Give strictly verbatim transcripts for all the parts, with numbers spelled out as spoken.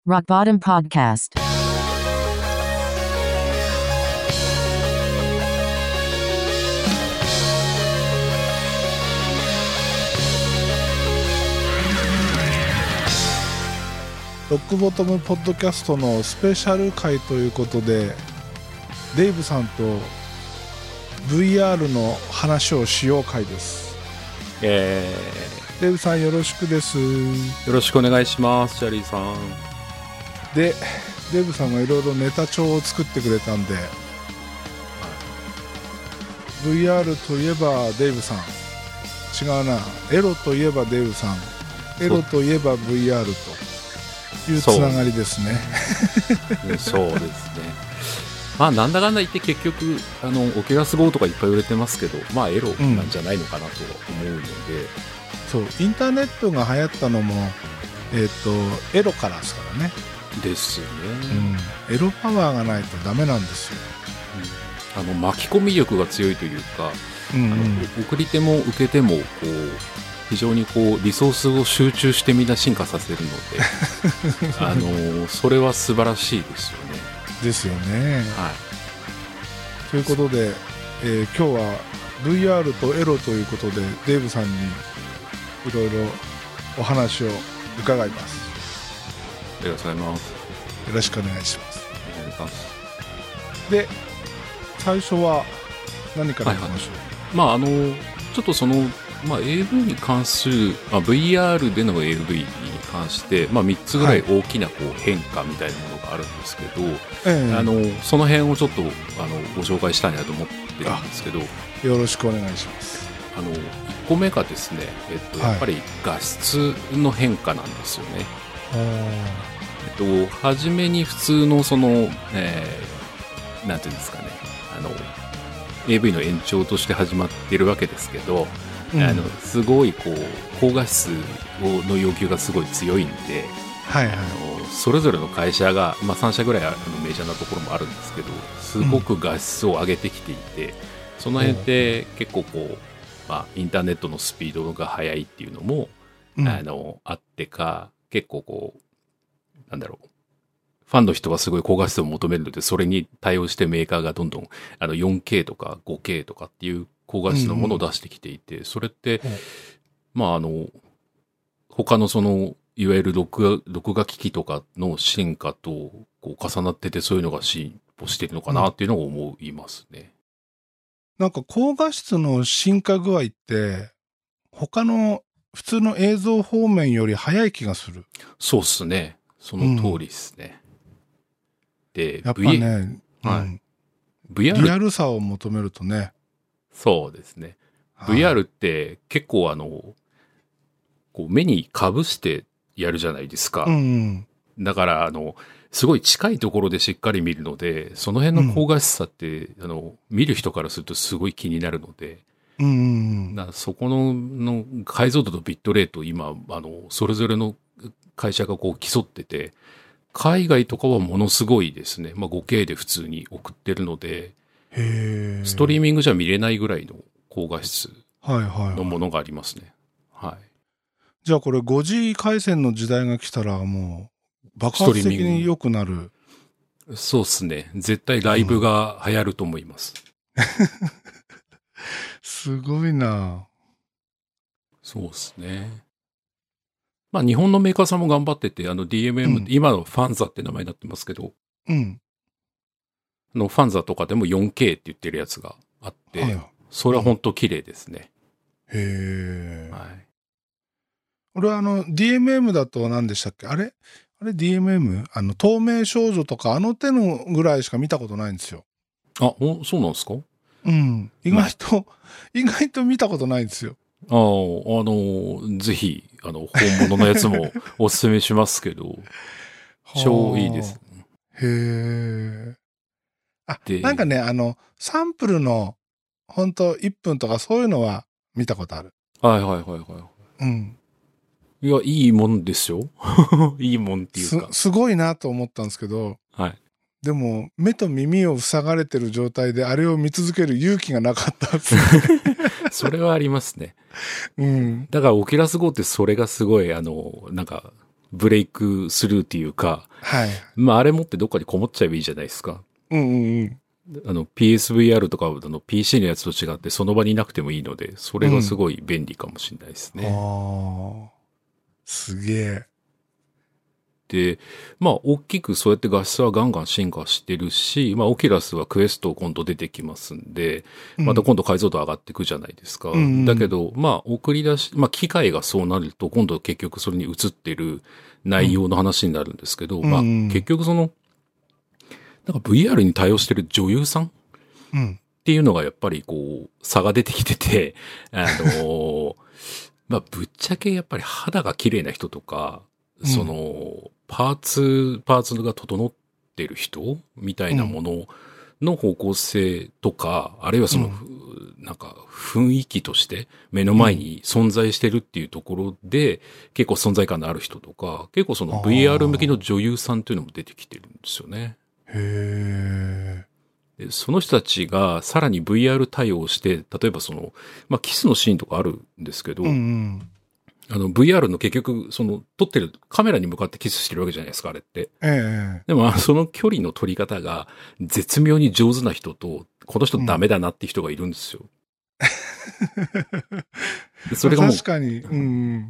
Rock Bottom Podcast. ロックボトムポッドキャストのスペシャル回ということで、デイブさんと ブイアール の話をしよう回です。 えー、デイブさんよろしくです。 よろしくお願いします、チャーリーさん。 で、デイブさんがいろいろネタ帳を作ってくれたんで、はい、ブイアール といえばデイブさん、違うな、エロといえばデイブさん、エロといえば ブイアール というつながりですね。 そうですね。まあなんだかんだ言って結局あのオキュラスゴーとかいっぱい売れてますけど、まあエロなんじゃないのかなと思うので、うん、 そうインターネットが流行ったのもえっとエロからですからね。 ですよね、 うん。エロパワーがないとダメなんですよ。 うん、あの巻き込み力が強いというか、うんうん、あの送り手も受け手もこう非常にこうリソースを集中してみんな進化させるのであのそれは素晴らしいですよね。 ですよね、 はい、 ということで、えー、今日は ブイアール とエロということでデイブさんにいろいろお話を伺います。 ありがとうございます。 よろしくお願いします。 お願いします。 で最初は何からいきましょう。はいはい、 まああのちょっとそのまあ、エーブイ に関する、まあ、ブイアール での エーブイ に関して、まあ、みっつぐらい大きなこう変化みたいなものがあるんですけど、はい、あのその辺をちょっとあのご紹介したいなと思ってるんですけど、 よろしくお願いします。 あのいっこめがですね、えっと、やっぱり画質の変化なんですよね。はい、えっと、初めに普通のその、えー、なんていうんですかね、あの エーブイ の延長として始まっているわけですけど、うん、あのすごいこう高画質をの要求がすごい強いんで、はいはい、あのそれぞれの会社が、まあ、さん社ぐらいあのメジャーなところもあるんですけど、すごく画質を上げてきていて、うん、その辺って結構こう、まあ、インターネットのスピードが速いっていうのも、うん、あのあってか、結構こうなんだろう、ファンの人はすごい高画質を求めるので、それに対応してメーカーがどんどんあの よんケー とか ごケー とかっていう高画質のものを出してきていて、うんうん、それって、うん、まああの他のそのいわゆる録画録画機器とかの進化とこう重なってて、そういうのが進歩しているのかなっていうのを思いますね。 うん、なんか高画質の進化具合って他の普通の映像方面より早い気がする。 そうっすね。その通りですね。うん、で、 やっぱね、 はい、 うん、 ブイアールリアルさを求めるとね。 そうですね。ブイアール って結構あの、こう目にかぶしてやるじゃないですか。うんうん、だからあの、すごい近いところでしっかり見るので、その辺の高画質さって、うん、あの、見る人からするとすごい気になるので、うんうん、だからそこの、の解像度とビットレート今、あの、それぞれの会社がこう競ってて、海外とかはものすごいですね。まあ ごケー で普通に送ってるので、へストリーミングじゃ見れないぐらいの高画質のものがありますね。はいはいはい。 じゃあこれ ファイブジー 回線の時代が来たらもう爆発的に良くなる。 そうですね。絶対ライブが流行ると思います。うん、 すごいな。 そうですね。まあ日本のメーカーさんも頑張ってて、あの ディーエムエム、うん、今のファンザって名前になってますけど、うん。のファンザとかでも よんケー って言ってるやつがあって、はい、それは本当綺麗ですね。 うん、へー。はい。俺はあの ディーエムエム だと何でしたっけ、あれあれ ディーエムエム? あの透明少女とかあの手のぐらいしか見たことないんですよ。 あ、そうなんですか？ うん。意外と、まあ、意外と見たことないんですよ。 ああ、あの、ぜひ、あの、本物のやつもおすすめしますけど、超いいです。 へー。あ、なんかね、あの、サンプルの、ほんといっぷんとかそういうのは見たことある。 はいはいはいはい。うん。いや、いいもんですよ。いいもんっていうか。 す、すごいなと思ったんですけど、はい。でも、目と耳を塞がれてる状態であれを見続ける勇気がなかったですね。 それはありますね。うん。だから、オキュラスゴーってそれがすごい、あの、なんか、 ブレイクスルーっていうか、 はい。 まああれ持ってどっかにこもっちゃえばいいじゃないですか。 うんうんうん。 あの ピーエスブイアール とかの ピーシー のやつと違ってその場にいなくてもいいので、それがすごい便利かもしれないですね。 うん、ああ。すげえ。 で、まあ大きくそうやって画質はガンガン進化してるし、まあオキュラスはクエスト今度出てきますんで、また今度解像度上がっていくじゃないですか。うん、だけど、まあ送り出し、まあ機械がそうなると今度結局それに映ってる内容の話になるんですけど、うん、まあ結局その、なんか ブイアール に対応してる女優さんっていうのがやっぱりこう差が出てきてて、あの、まあぶっちゃけやっぱり肌が綺麗な人とか、その、うん、パーツ、パーツが整ってる人みたいなものの方向性とか、うん、あるいはその、うん、なんか雰囲気として目の前に存在してるっていうところで、うん、結構存在感のある人とか、結構その ブイアール 向きの女優さんっていうのも出てきてるんですよね。 へー。でその人たちがさらに ブイアール 対応して、例えばその、まあ、キスのシーンとかあるんですけど、うんうんあの ブイアール の結局、その撮ってるカメラに向かってキスしてるわけじゃないですか、あれって。 ええ、 でもその距離の撮り方が絶妙に上手な人と、この人ダメだなって人がいるんですよ。うん、それがもう、 確かに、うん、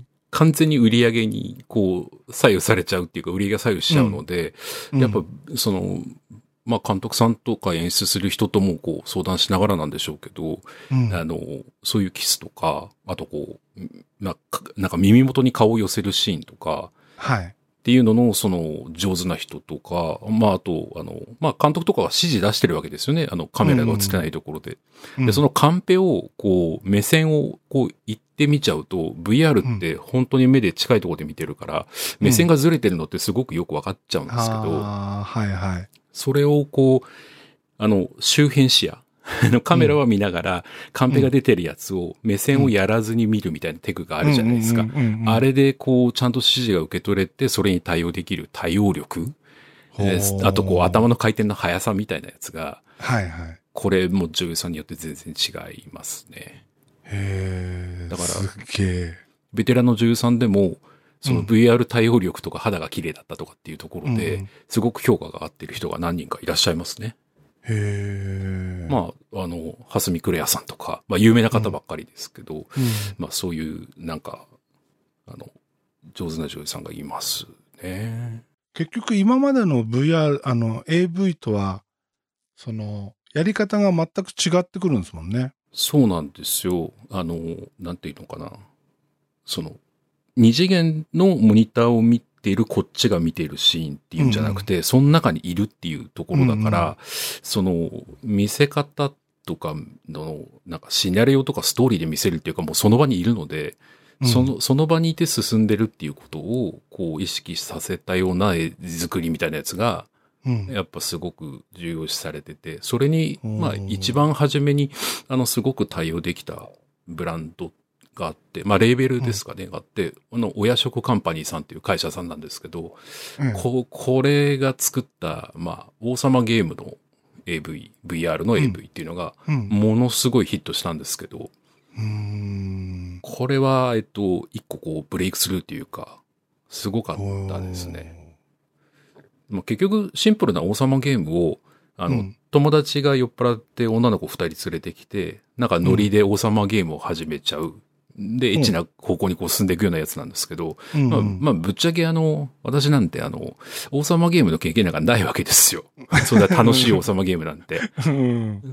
完全に売り上げにこう左右されちゃうっていうか、売り上げが左右しちゃうので、うん、やっぱその、まあ監督さんとか演出する人ともこう相談しながらなんでしょうけど、うん、あの、そういうキスとか、あとこう、ななんか耳元に顔を寄せるシーンとか、 はい。 っていうのの、その、上手な人とか、まあ、あと、あの、まあ、監督とかが指示出してるわけですよね。あの、カメラが映ってないところで。うん、で、そのカンペを、こう、目線を、こう、行ってみちゃうと、ブイアール って本当に目で近いところで見てるから、うん、目線がずれてるのってすごくよくわかっちゃうんですけど、 ああ、はいはい。 それを、こう、あの、周辺視野。カメラは見ながら、カンペが出てるやつを目線をやらずに見るみたいなテクがあるじゃないですか。あれでこう、ちゃんと指示が受け取れて、それに対応できる対応力。あとこう、頭の回転の速さみたいなやつが、 はいはい。 これも女優さんによって全然違いますね。 へー。だから、すげー。 ベテランの女優さんでも、その ブイアール 対応力とか肌が綺麗だったとかっていうところで、すごく評価が上がっている人が何人かいらっしゃいますね。 へー。 まあ、あの、蓮見クレアさんとか、まあ有名な方ばっかりですけど、うん、まあそういう、なんか、あの、上手な女優さんがいますね。 結局今までの ブイアール、あの、エーブイ とは、その、やり方が全く違ってくるんですもんね。 そうなんですよ。あの、なんていうのかな。その、二次元のモニターを見ているこっちが見ているシーンっていうんじゃなくて、うん、その中にいるっていうところだから、うん、その見せ方とかのなんかシナリオとかストーリーで見せるっていうかもうその場にいるので、うん、そのその場にいて進んでるっていうことをこう意識させたような絵作りみたいなやつが、うん、やっぱすごく重要視されてて、それにまあ一番初めにあのすごく対応できたブランドがあって、まあ、レーベルですかね、うん、があって、あの、親食カンパニーさんっていう会社さんなんですけど、うん、こ、これが作った、まあ、王様ゲームの エーブイ、ブイアール の エーブイ っていうのが、ものすごいヒットしたんですけど、 うん、 これは、えっと、一個こう、ブレイクスルーっていうか、すごかったですね。まあ、結局、シンプルな王様ゲームを、あの、うん、友達が酔っ払って女の子二人連れてきて、なんかノリで王様ゲームを始めちゃう。で、エッチな方向にこう進んでいくようなやつなんですけど、うんまあ、まあ、ぶっちゃけあの、私なんてあの、王様ゲームの経験なんかないわけですよ。そんな楽しい王様ゲームなんて。うん、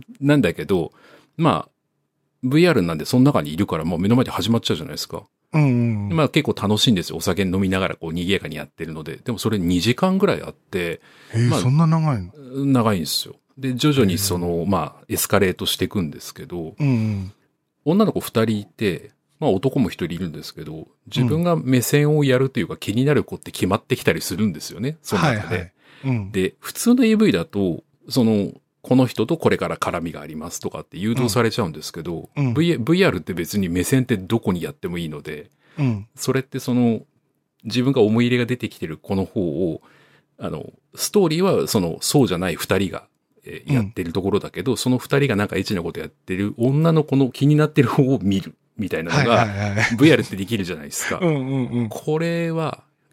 なんだけど、まあ、ブイアール なんでその中にいるからもう目の前で始まっちゃうじゃないですか。 うんうん、 まあ結構楽しいんですよ。お酒飲みながらこう賑やかにやってるので。でもそれにじかんぐらいあって、 えーまあ、そんな長いの？長いんですよ。で、徐々にその、まあ、エスカレートしていくんですけど、 うんうん、 女の子二人いて、まあ男も一人いるんですけど、自分が目線をやるというか気になる子って決まってきたりするんですよね。その中で。はいはいうん、で、普通の エーブイ だと、その、この人とこれから絡みがありますとかって誘導されちゃうんですけど、うん、v、ブイアール って別に目線ってどこにやってもいいので、 うん、 それってその、自分が思い入れが出てきてる子の方を、あの、ストーリーはその、そうじゃない二人が、えー、やってるところだけど、うん、その二人がなんかエッチなことやってる女の子の気になってる方を見る。みたいなのが ブイアール ってできるじゃないですか。 うんうんうん、 これは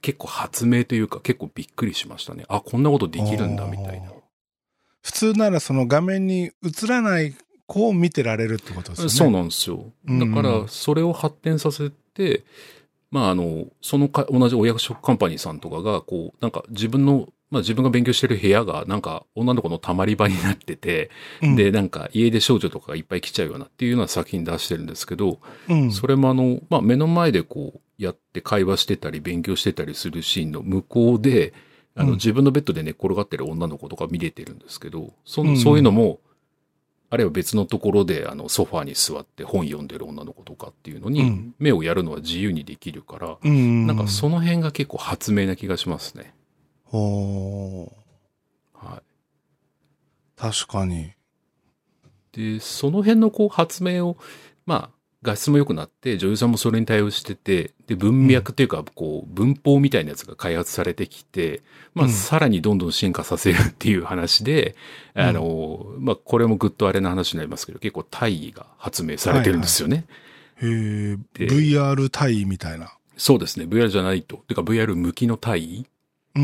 結構発明というか結構びっくりしましたね。あ、こんなことできるんだみたいな。 普通ならその画面に映らない子を見てられるってことですよね。 そうなんですよ。だからそれを発展させて、まああの、そのか同じお役所カンパニーさんとかが、こう、なんか自分の、まあ自分が勉強してる部屋がなんか女の子のたまり場になってて、うん、で、なんか家出少女とかがいっぱい来ちゃうようなっていうような作品出してるんですけど、うん、それもあの、まあ目の前でこうやって会話してたり勉強してたりするシーンの向こうで、あの、うん、自分のベッドで寝っ転がってる女の子とか見れてるんですけど、その、そういうのも、あるいは別のところであのソファーに座って本読んでる女の子とかっていうのに目をやるのは自由にできるから、うん、なんかその辺が結構発明な気がしますね。 ほー。 はい。 確かに。 で、その辺のこう発明を、まあ、画質も良くなって女優さんもそれに対応してて、で、文脈っていうか、こう、文法みたいなやつが開発されてきて、まあ、さらにどんどん進化させるっていう話で、うん、あの、まあ、これもぐっとあれな話になりますけど、結構大意が発明されてるんですよね。 はいはい、へえ、ブイアール 大意みたいな。 そうですね。ブイアール じゃないと。てか ブイアール 向きの大意。 うん。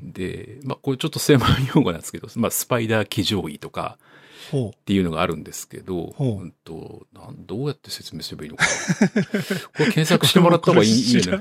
で、まあ、これちょっと専門用語なんですけど、まあ、スパイダー騎乗位とか、っていうのがあるんですけど、うんと、なんどうやって説明すればいいのかな。これ検索してもらった方がいいいいね。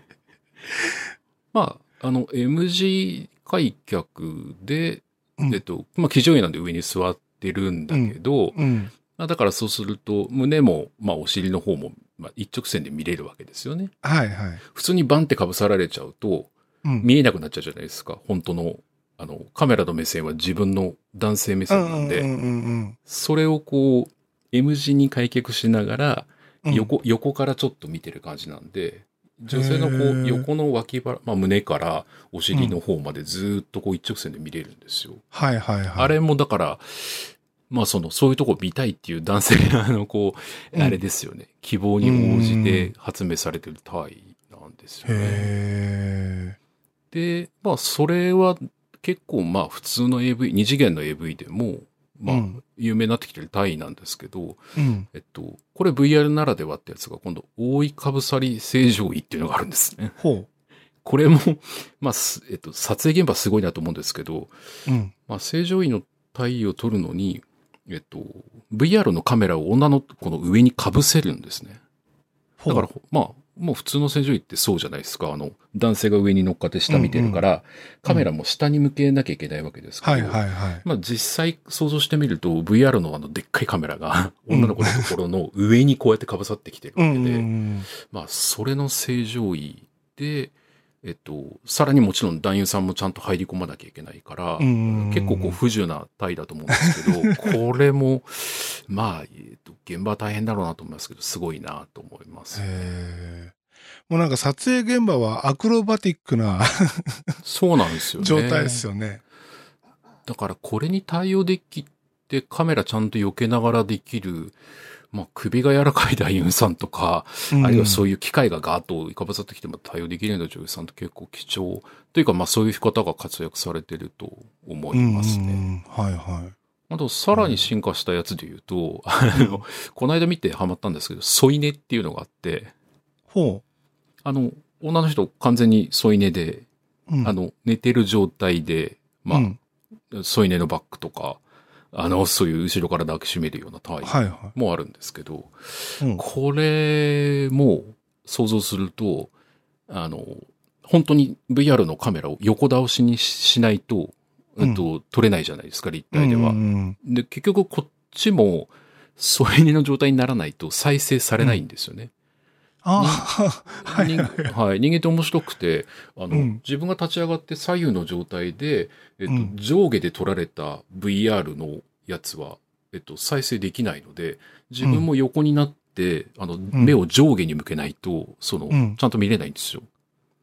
まあ、あの、エムジー 開脚で、うん、えっと、まあ、騎乗位なんで上に座ってるんだけど、うんうんまあ、だからそうすると、胸も、まあ、お尻の方も、まあ、一直線で見れるわけですよね。 はいはい。 普通にバンって被さられちゃうと、うん、見えなくなっちゃうじゃないですか。本当の、あの、カメラの目線は自分の男性目線なんで、それをこう、M 字に開脚しながら、横、うん、横からちょっと見てる感じなんで、女性のこう、横の脇腹、まあ胸からお尻の方までずっとこう一直線で見れるんですよ。 うん、はいはいはい。 あれもだから、まあその、そういうとこ見たいっていう男性が、あの、こう、うん、あれですよね。希望に応じて発明されてる体なんですよね。 へで、まあそれは、結構まあ普通の エーブイ、二次元の エーブイ でも、まあ有名になってきてる単位なんですけど、うん、えっと、これ ブイアール ならではってやつが今度、覆いかぶさり正常位っていうのがあるんですね。 ほう。 これも、まあ、えっと、撮影現場すごいなと思うんですけど、うん、まあ正常位の体位を撮るのに、えっと、ブイアール のカメラを女の子の上にかぶせるんですね。だから、まあ、もう普通の正常位ってそうじゃないですか。あの、男性が上に乗っかって下見てるから、うんうん、カメラも下に向けなきゃいけないわけですけど、 はいはいはい。 まあ実際想像してみると ブイアール のあのでっかいカメラが女の子のところの上にこうやってかぶさってきてるわけで、うんうんうん、まあそれの正常位で、えっと、さらにもちろん男優さんもちゃんと入り込まなきゃいけないから、うんうんうん、結構こう不自由な体だと思うんですけど、これも、まあ、えっと、現場は大変だろうなと思いますけど、すごいなと思います、ね。 へもうなんか撮影現場はアクロバティックなそうなんですよね。 状態ですよね。 だからこれに対応できてカメラちゃんと避けながらできる、まあ首が柔らかい男優さんとか、うん、あるいはそういう機械がガーッとかぶさってきても対応できるような女優さんって結構貴重というか、まあそういう方が活躍されてると思いますね。 うんうん、はいはい。 あとさらに進化したやつで言うと、うん、あの、この間見てハマったんですけど、添い寝っていうのがあって、 ほう。 あの、女の人完全に添い寝で、うん、あの、寝てる状態で、まあ、うん、添い寝のバッグとか、あの、そういう後ろから抱きしめるようなタイプもあるんですけど、はいはい、これも想像すると、あの、本当に ブイアール のカメラを横倒しにしないと、うん、と撮れないじゃないですか、立体では。うんうんうん、で、結局こっちも添い寝の状態にならないと再生されないんですよね。うん、あはい、はい。人間って面白くて、あの、うん、自分が立ち上がって左右の状態で、えっと、うん、上下で撮られた ブイアール のやつは、えっと、再生できないので、自分も横になって、うん、あの、目を上下に向けないと、その、うん、ちゃんと見れないんですよ。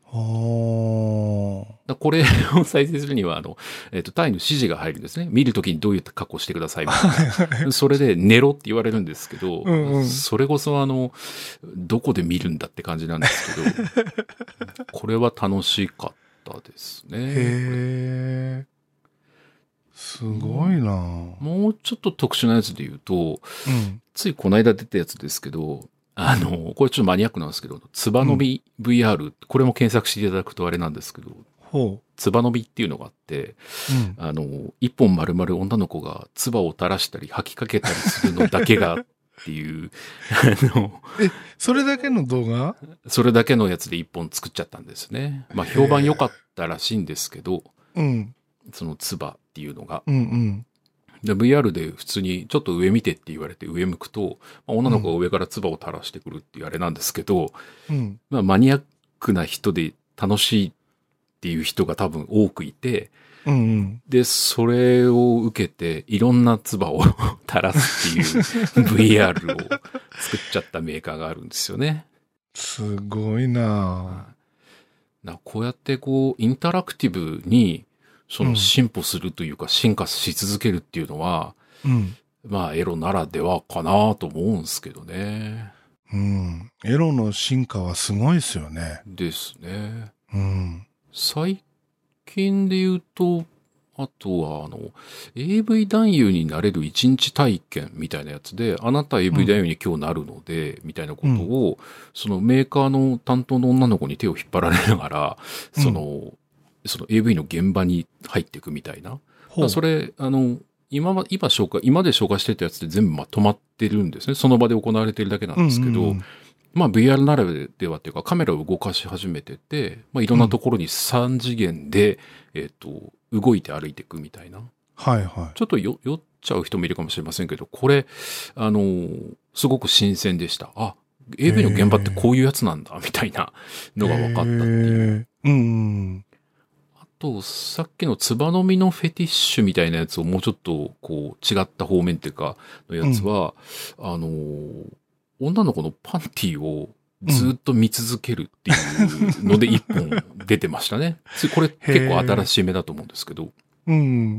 だこれを再生するには、あの、えっと、単位の指示が入るんですね。見るときにどういう格好してくださいみたいな。それで寝ろって言われるんですけど、うんうん、それこそあの、どこで見るんだって感じなんですけど、これは楽しかったですね。 へー。すごいな、 もうちょっと特殊なやつで言うと、うん、ついこの間出たやつですけど、 あの、これちょっとマニアックなんですけど、つばのび ブイアール、うん、これも検索していただくとあれなんですけど、 ほう。 つばのびっていうのがあって、うん、あの、一本丸々女の子がつばを垂らしたり吐きかけたりするのだけがっていう、あの、 え、それだけの動画？ それだけのやつで一本作っちゃったんですね。まあ評判良かったらしいんですけど、 うん、 そのつばっていうのが。 うんうん、 で ブイアール で普通にちょっと上見てって言われて上向くと、まあ、女の子が上から唾を垂らしてくるっていうあれなんですけど、うん、まあマニアックな人で楽しいっていう人が多分多くいて、うんうん、で、それを受けていろんな唾を垂らすっていう ブイアール を作っちゃったメーカーがあるんですよね。 すごいなぁ。 なこうやってこうインタラクティブにその進歩するというか進化し続けるっていうのは、うん、まあエロならではかなと思うんですけどね。 うん。エロの進化はすごいですよね。 ですね。 うん。 最近で言うと、あとはあの、エーブイ 男優になれる一日体験みたいなやつで、あなた エーブイ 男優に今日なるので、うん、みたいなことを、うん、そのメーカーの担当の女の子に手を引っ張られながら、その、うんその エーブイ の現場に入っていくみたいな。それ、あの、今は、今紹介、今で紹介してたやつで全部まとまってるんですね。その場で行われてるだけなんですけど、うんうんうん、まあ ブイアール ならではっていうかカメラを動かし始めてて、まあいろんなところにさん次元で、うん、えっと、動いて歩いていくみたいな。 はいはい。 ちょっとよ酔っちゃう人もいるかもしれませんけど、これ、あの、すごく新鮮でした。あ、エーブイ の現場ってこういうやつなんだ、みたいなのが分かったっていう。 うんうんと、さっきのつばのみのフェティッシュみたいなやつをもうちょっと、こう、違った方面っていうか、のやつは、うん、あの、女の子のパンティをずっと見続けるっていうので一本出てましたね。これ結構新しい目だと思うんですけど。 うん、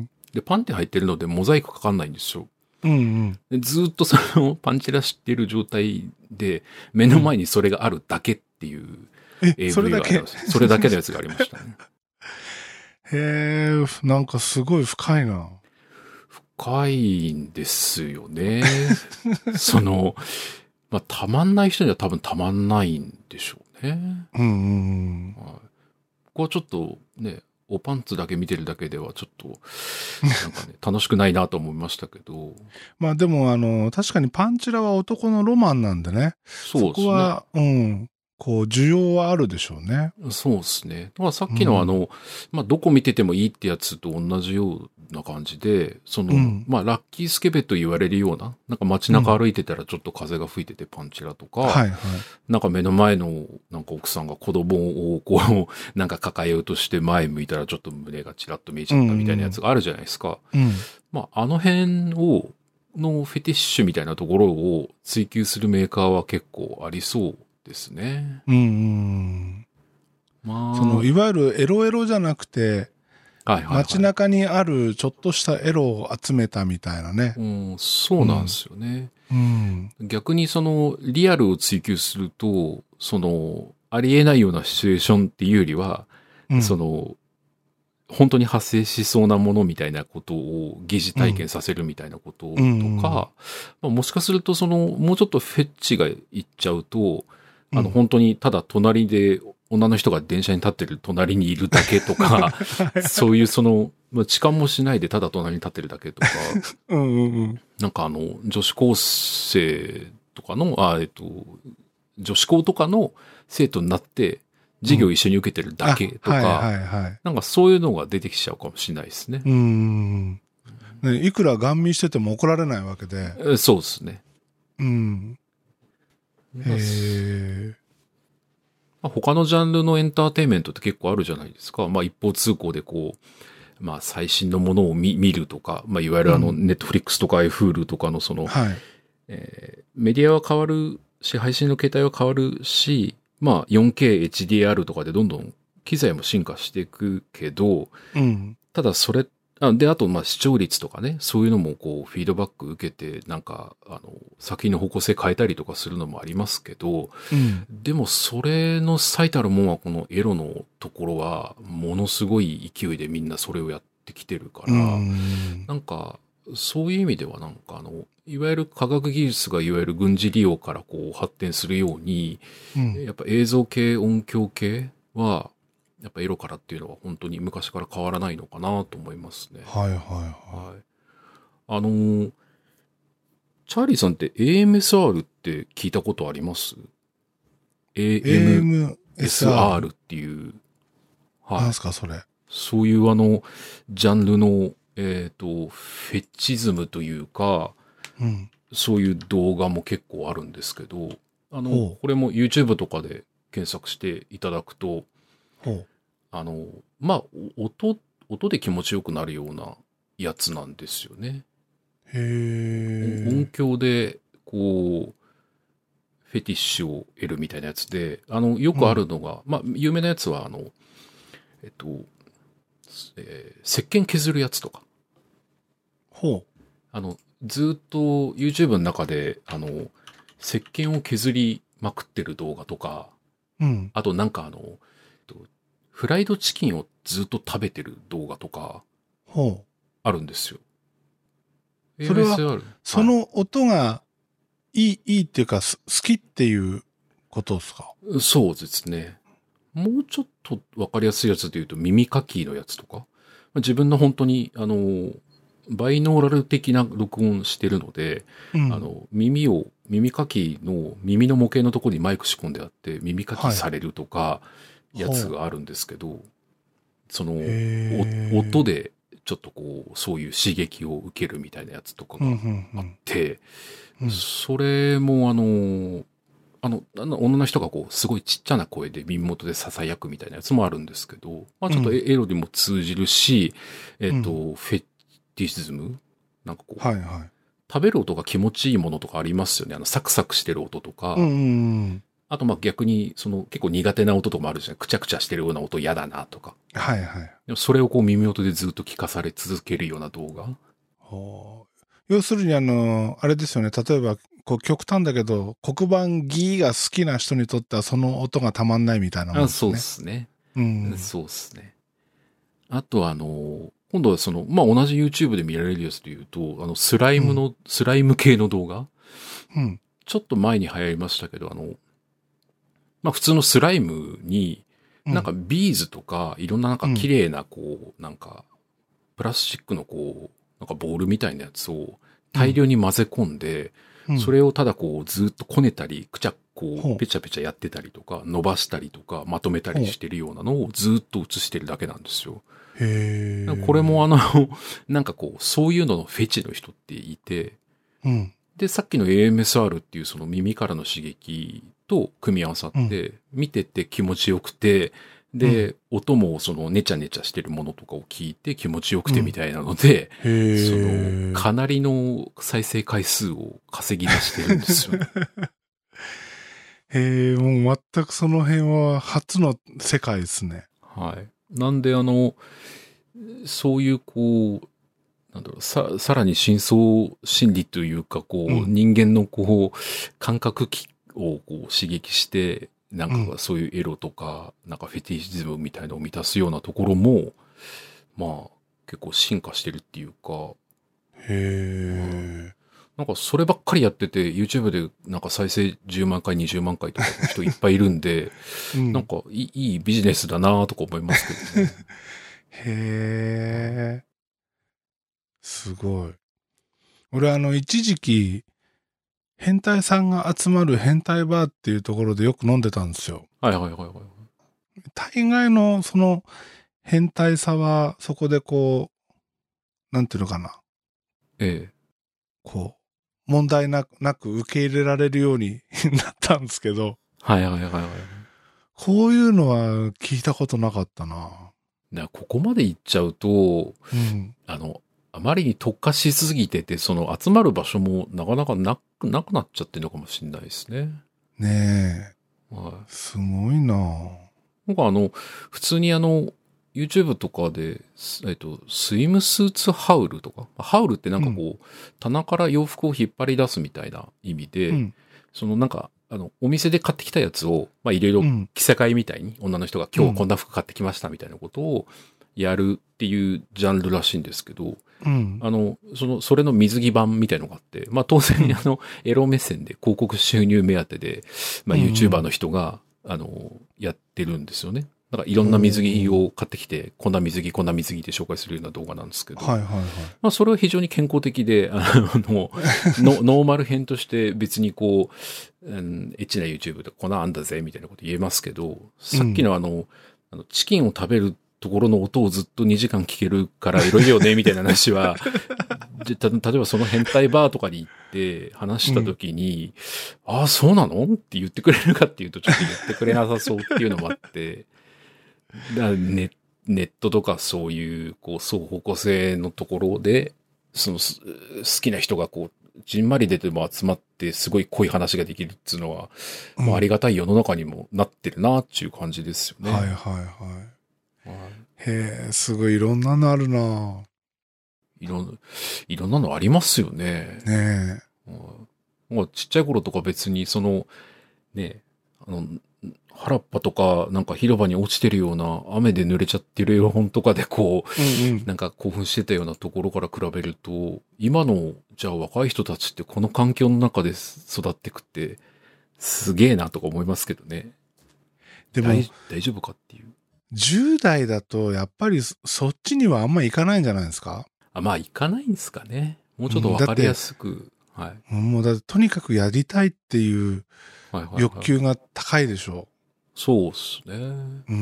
で、パンティ入ってるのでモザイクかかんないんですよ。 うんうん、 でずっとそのパンチラしてる状態で、目の前にそれがあるだけっていう エーブイ があります。それだけのやつがありましたね。 へえ、なんかすごい深いな。 深いんですよね。その、まあ、たまんない人には多分たまんないんでしょうね。 うんうんうん。 はい、ここはちょっとね、おパンツだけ見てるだけではちょっと、なんかね、楽しくないなと思いましたけど。 まあでもあの、確かにパンチラは男のロマンなんでね。 そうですね。 そこは、うん。こう、需要はあるでしょうね。 そうですね。だからさっきのあの、うん、まあ、どこ見ててもいいってやつと同じような感じで、その、うん、まあ、ラッキースケベと言われるような、なんか街中歩いてたらちょっと風が吹いててパンチラとか、 うん、はいはい。 なんか目の前のなんか奥さんが子供をこう、なんか抱えようとして前向いたらちょっと胸がチラッと見えちゃったみたいなやつがあるじゃないですか。 うん、 まあ、あの辺を、のフェティッシュみたいなところを追求するメーカーは結構ありそうですね。 うんうん。 まあ、 そのいわゆるエロエロじゃなくて、 はいはいはい、 街中にあるちょっとしたエロを集めたみたいなね。 うん、そうなんですよね。 うん、 逆にそのリアルを追求すると、そのありえないようなシチュエーションっていうよりは、うん、その本当に発生しそうなものみたいなことを疑似体験させるみたいなこととか、うんうんまあ、もしかするとそのもうちょっとフェッチがいっちゃうと、あの本当にただ隣で女の人が電車に立ってる隣にいるだけとか、そういうその、まあ、痴漢もしないでただ隣に立ってるだけとか、 うんうんうん、 なんかあの女子高生とかの、あえっと、女子校とかの生徒になって授業一緒に受けてるだけとか、うんはいはいはい、なんかそういうのが出てきちゃうかもしれないですね。 うんね、いくらガン見してても怒られないわけで。 そうですね。 うん。へえ。 他のジャンルのエンターテインメントって結構あるじゃないですか。まあ一方通行でこう、まあ最新のものを 見, 見るとか、まあいわゆるあの、ネットフリックスとか Hulu とかのその、 はいえー、メディアは変わるし、配信の形態は変わるし、まあ よんケーエイチディーアール とかでどんどん機材も進化していくけど、 うん、 ただそれ、あで、あとまあ視聴率とかね、そういうのもこうフィードバック受けて、なんか、あの、作品の方向性変えたりとかするのもありますけど、 うん、 でもそれの最たるもんはこのエロのところは、ものすごい勢いでみんなそれをやってきてるから、 うん、 なんか、 そういう意味ではなんかあの、いわゆる科学技術がいわゆる軍事利用からこう発展するように、うん、やっぱ映像系、音響系は、やっぱエロからっていうのは本当に昔から変わらないのかなと思いますね。 はいはいはい。 はい、あのー、チャーリーさんって エーエムエスアール って聞いたことあります？ エーエムエスアール っていう。 はい。何すかそれ。 そういうあの、ジャンルの、えっと、フェチズムというか、 うん、 そういう動画も結構あるんですけど、あの、これも YouTube とかで検索していただくと、あの、まあ、音、音で気持ちよくなるようなやつなんですよね。 へー。 音響で、こう、フェティッシュを得るみたいなやつで、あの、よくあるのが、うん、まあ、有名なやつは、あの、えっと、えー、石鹸削るやつとか。 ほう。 あの、ずっと YouTube の中で、あの、石鹸を削りまくってる動画とか、 うん、 あとなんかあの、フライドチキンをずっと食べてる動画とか、 ほう。 あるんですよ。 それは、その音がいい、いいっていうか、好きっていうことですか？ そうですね。もうちょっとわかりやすいやつで言うと耳かきのやつとか、自分の本当に、あの、バイノーラル的な録音してるので、うん、あの、耳を、耳かきの耳の模型のところにマイク仕込んであって耳かきされるとか、やつがあるんですけど、はい、その、音でちょっとこう、そういう刺激を受けるみたいなやつとかがあって、うんうんうん、それもあの、あの、女の人がこう、すごいちっちゃな声で耳元で囁くみたいなやつもあるんですけど、まあちょっとエロにも通じるし、うん、えっと、うん、フェティシズムなんかこう、 はいはい、 食べる音が気持ちいいものとかありますよね。あの、サクサクしてる音とか、 うんうんうん、 あとまあ逆に、その結構苦手な音とかもあるじゃん。くちゃくちゃしてるような音嫌だなとか。 はいはい。 でもそれをこう耳元でずっと聞かされ続けるような動画。 はあ、要するにあの、あれですよね。例えば、こう極端だけど、黒板ギーが好きな人にとってはその音がたまんないみたいなもんですね。 あ、そうですね。 うん。 そうですね。あとあの、今度はその、まあ、同じ YouTube で見られるやつで言うと、あの、スライムの、うん、スライム系の動画、 うん、ちょっと前に流行りましたけど、あの、まあ、普通のスライムに、なんかビーズとか、いろんななんか綺麗なこう、なんか、プラスチックのこう、なんかボールみたいなやつを大量に混ぜ込んで、うん、それをただこうずっとこねたり、くちゃこうペチャペチャやってたりとか、伸ばしたりとか、まとめたりしてるようなのをずっと映してるだけなんですよ。 へー。 これもあの、なんかこう、そういうののフェチの人っていて、 うん、 で、さっきの エーエムエスアール っていうその耳からの刺激と組み合わさって、見てて気持ちよくて、で、うん、音もそのネチャネチャしてるものとかを聞いて気持ちよくてみたいなので、うん、そのかなりの再生回数を稼ぎ出してるんですよ。 へえ、もう全くその辺は初の世界ですね。 はい。なんであの、そういうこう、なんだろう、さ、さらに深層心理というか、こう、うん、人間のこう、感覚をこう刺激して、なんかそういうエロとか、なんかフェティシズムみたいなのを満たすようなところも、まあ、結構進化してるっていうか。 へー。 なんかそればっかりやってて、YouTube でなんか再生じゅうまんかい、にじゅうまんかいとかの人いっぱいいるんで、うん、なんかいい、いいビジネスだなとか思いますけどね。 へー。すごい。俺あの、一時期、変態さんが集まる変態バーっていうところでよく飲んでたんですよ。 はいはいはいはい。 大概のその変態さはそこでこう、なんていうのかな。 ええ。 こう、問題なく、なく受け入れられるようになったんですけど。 はいはいはいはい。 こういうのは聞いたことなかったな。 なここまで行っちゃうと、 うん、 あの、あまりに特化しすぎてて、その集まる場所もなかなかなく、なくなっちゃってるのかもしれないですね。 ねえ。 はい。 すごいな。 なんかあの、普通にあの、YouTube とかで、えっと、スイムスーツハウルとか、ハウルってなんかこう、うん、棚から洋服を引っ張り出すみたいな意味で、うん、そのなんか、あの、お店で買ってきたやつを、まあいろいろ着せ替えみたいに、女の人が今日こんな服買ってきましたみたいなことを、 やるっていうジャンルらしいんですけど、 うん、 あの、その、それの水着版みたいのがあって、まあ当然にあの、エロ目線で広告収入目当てで、まあ YouTuber の人が、うん、あの、やってるんですよね。だからいろんな水着を買ってきて、こんな水着、こんな水着で紹介するような動画なんですけど、 はいはいはい。 まあそれは非常に健康的で、あの、のノーマル編として別にこう、うん、エッチな YouTube でこんなあんだぜみたいなこと言えますけど、さっきのあの、うん、あのチキンを食べるところの音をずっとにじかん聞けるからエロいよねみたいな話は、例えばその変態バーとかに行って話したときに、うん、ああ、そうなのって言ってくれるかっていうとちょっと言ってくれなさそうっていうのもあって、だネ, ネットとかそういう、こう、双方向性のところで、その、好きな人がこう、じんまり出ても集まって、すごい濃い話ができるっていうのは、うん、まあ、ありがたい世の中にもなってるな、っていう感じですよね。 はいはいはい。はい、へえ、すごいいろんなのあるな。 いろん、いろんなのありますよね。 ねえ。 もうちっちゃい頃とか別に、その、ね、あの、原っぱとか、なんか広場に落ちてるような、雨で濡れちゃってる絵本とかでこう、うんうん、なんか興奮してたようなところから比べると、今の、じゃあ若い人たちってこの環境の中で育ってくって、すげえなとか思いますけどね。でも、大, 大丈夫かっていう。 じゅう代だと、やっぱりそっちにはあんまいかないんじゃないですか？ あ、まあ、いかないんですかね。もうちょっとわかりやすく。はい。 もうだって、とにかくやりたいっていう欲求が高いでしょう。はいはいはい、 そうっすね。 うん。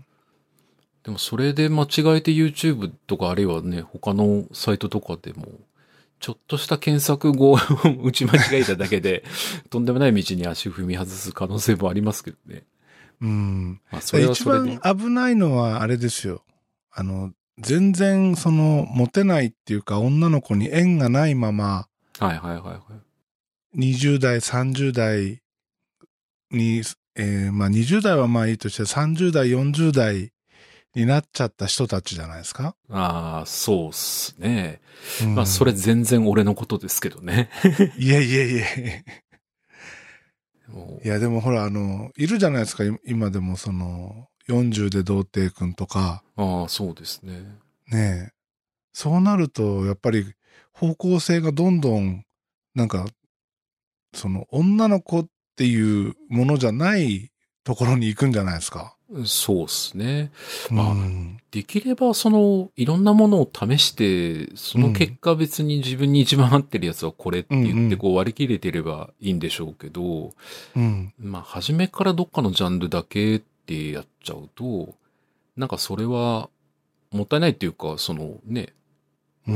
でもそれで間違えて YouTube とかあるいはね、他のサイトとかでも、ちょっとした検索語を打ち間違えただけで、とんでもない道に足を踏み外す可能性もありますけどね。 うん。まあ、それはそれで。一番危ないのはあれですよ。あの、全然その、モテないっていうか、女の子に縁がないまま、 はいはいはいはい。 にじゅう代、さんじゅう代に、えー、まあにじゅう代はまあいいとしてさんじゅう代、よんじゅう代になっちゃった人たちじゃないですか。 ああ、そうっすね。うん、まあそれ全然俺のことですけどね。 いやいやいや。いやでもほらあの、いるじゃないですか、今でもその、よんじゅうで童貞くんとか。 ああ、そうですね。 ねえ。そうなると、やっぱり方向性がどんどん、なんか、その女の子っていうものじゃないところに行くんじゃないですか。 そうですね。まあ、できればその、いろんなものを試して、その結果別に自分に一番合ってるやつはこれって言ってこう割り切れてればいいんでしょうけど、 うん、 まあ、初めからどっかのジャンルだけってやっちゃうと、なんかそれはもったいないっていうか、そのね、 うん、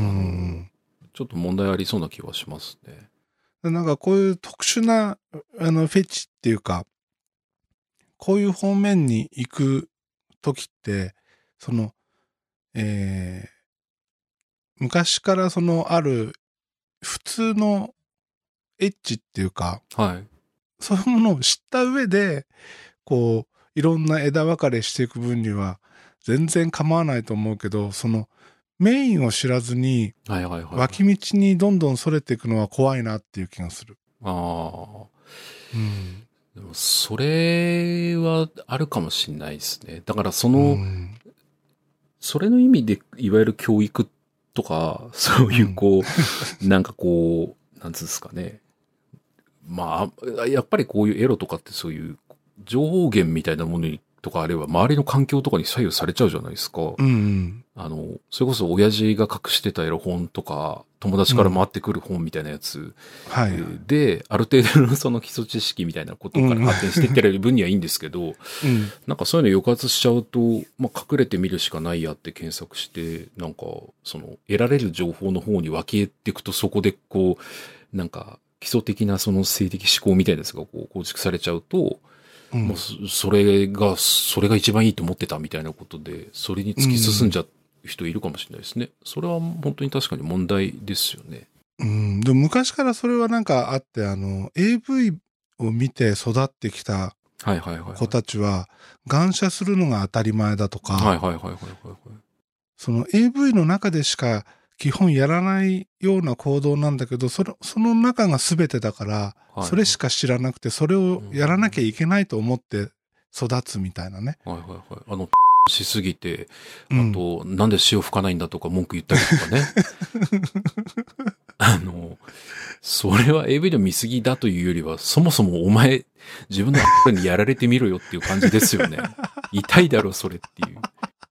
ちょっと問題ありそうな気はしますね。 なんかこういう特殊な、あの、フェチっていうか、こういう方面に行くときって、その、えー、昔からそのある普通のエッチっていうか、 はい。 そういうものを知った上で、こう、いろんな枝分かれしていく分には全然構わないと思うけど、そのメインを知らずに、 はいはいはい。 脇道にどんどんそれていくのは怖いなっていう気がする。 ああ。 うん。 でもそれはあるかもしれないですね。だからその、うん、それの意味でいわゆる教育とか、そういうこう、うん、なんかこう、なんつうんですかね。まあ、やっぱりこういうエロとかってそういう情報源みたいなものにとかあれば周りの環境とかに左右されちゃうじゃないですか。 うんうん、 あの、それこそ親父が隠してたエロ本とか、友達から回ってくる本みたいなやつ、うんはい、で、ある程度のその基礎知識みたいなことから発展していってる分にはいいんですけど、うん、なんかそういうの抑圧しちゃうと、まあ、隠れてみるしかないやって検索して、なんか、その、得られる情報の方に分けていくと、そこでこう、なんか、基礎的なその性的思考みたいなやつがこう構築されちゃうと、うん、もうそれが、それが一番いいと思ってたみたいなことで、それに突き進んじゃう人いるかもしれないですね。それは本当に確かに問題ですよね。 うん、でも昔からそれはなんかあって、あの、エーブイ を見て育ってきた子たちは、感謝するのが当たり前だとか、 はいはいはいはいはい。 その エーブイ の中でしか基本やらないような行動なんだけど、その、その中が全てだから、はい、それしか知らなくて、それをやらなきゃいけないと思って育つみたいなね。 はいはいはい。あの、 しすぎて、あと、うん、なんで塩吹かないんだとか文句言ったりとかね。あの、それは エーブイ の見過ぎだというよりは、そもそもお前、自分の人にやられてみろよっていう感じですよね。痛いだろ、それっていう。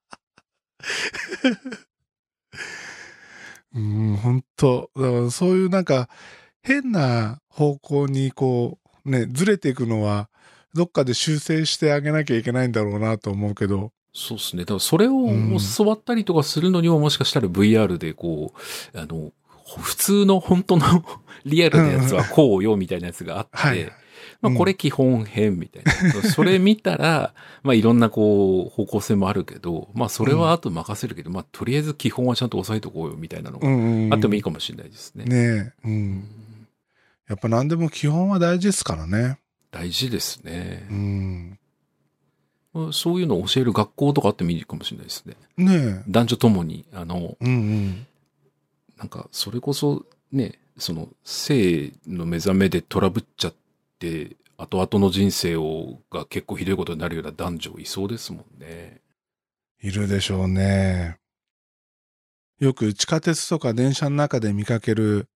うん、本当だからそういうなんか、変な方向にこう、ね、ずれていくのは、どっかで修正してあげなきゃいけないんだろうなと思うけど。 そうですね。だからそれを教わったりとかするのにも、もしかしたら ブイアール でこう、あの、普通の本当のリアルなやつはこうよみたいなやつがあって、はい、まあこれ基本編みたいな。それ見たら、まあいろんなこう方向性もあるけど、まあそれはあと任せるけど、うん、まあとりあえず基本はちゃんと押さえとこうよみたいなのがあってもいいかもしれないですね。 うんうん、ねえ、うん。やっぱ何でも基本は大事ですからね。 大事ですね。 うん。 そういうのを教える学校とかあってもいいかもしれないですね。 ねえ。 男女ともに、あの、 うんうん、 なんか、それこそ、ね、その、性の目覚めでトラブっちゃって、後々の人生を、が結構ひどいことになるような男女いそうですもんね。 いるでしょうね。よく地下鉄とか電車の中で見かける、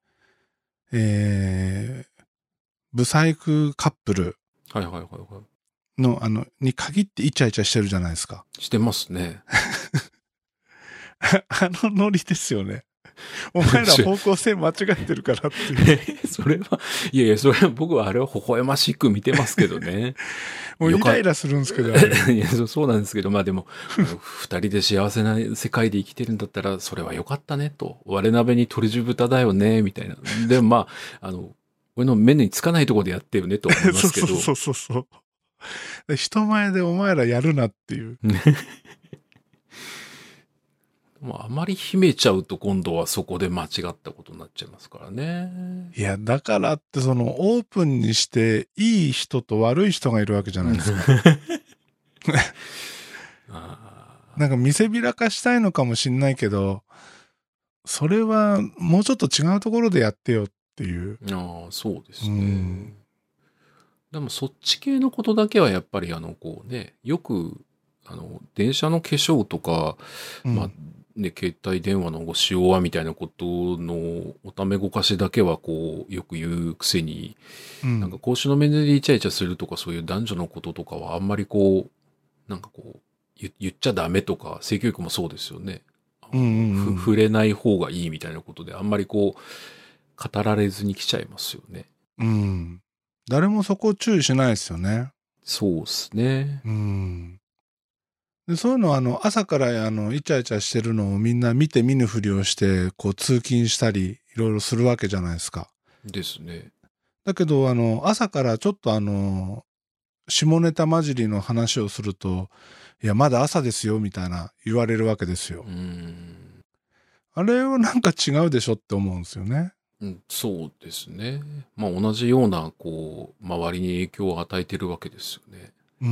えー、ブサイクカップル。 はいはいはいはい。 の、あの、に限ってイチャイチャしてるじゃないですか。 してますね。 あのノリですよね。お前ら方向性間違えてるからっていう。 それは、いやいや、それは僕はあれは微笑ましく見てますけどね。 もうイライラするんですけど。 いやそ、そうなんですけど、まあでも、二人で幸せな世界で生きてるんだったら、それは良かったねと。我鍋に鳥地豚だよね、みたいな。でもまあ、あの、俺の目につかないところでやってよねと思いますけど。 そうそうそうそう。人前でお前らやるなっていう。 あまり秘めちゃうと今度はそこで間違ったことになっちゃいますからね。 いや、だからってそのオープンにしていい人と悪い人がいるわけじゃないですか。なんか見せびらかしたいのかもしんないけど、それはもうちょっと違うところでやってよっていう。 ああ、そうですね。うんでもそっち系のことだけはやっぱりあのこうね、よくあの電車の化粧とか、うん、まあね、携帯電話のご使用はみたいなことのおためごかしだけはこうよく言うくせに、うん、なんか公衆の面でイチャイチャするとかそういう男女のこととかはあんまりこう、なんかこう言, 言っちゃダメとか、性教育もそうですよね。 うんうんうん、 触れない方がいいみたいなことであんまりこう語られずに来ちゃいますよね。 うん。誰もそこを注意しないですよね。 そうですね。 うん。でそういうのはあの朝からあのイチャイチャしてるのをみんな見て見ぬふりをしてこう通勤したりいろいろするわけじゃないですか。 ですね。 だけどあの朝からちょっとあの下ネタ混じりの話をするといやまだ朝ですよみたいな言われるわけですよ。 うんあれはなんか違うでしょって思うんですよね。 うん、そうですね。まあ同じようなこう周りに影響を与えてるわけですよね。 うん。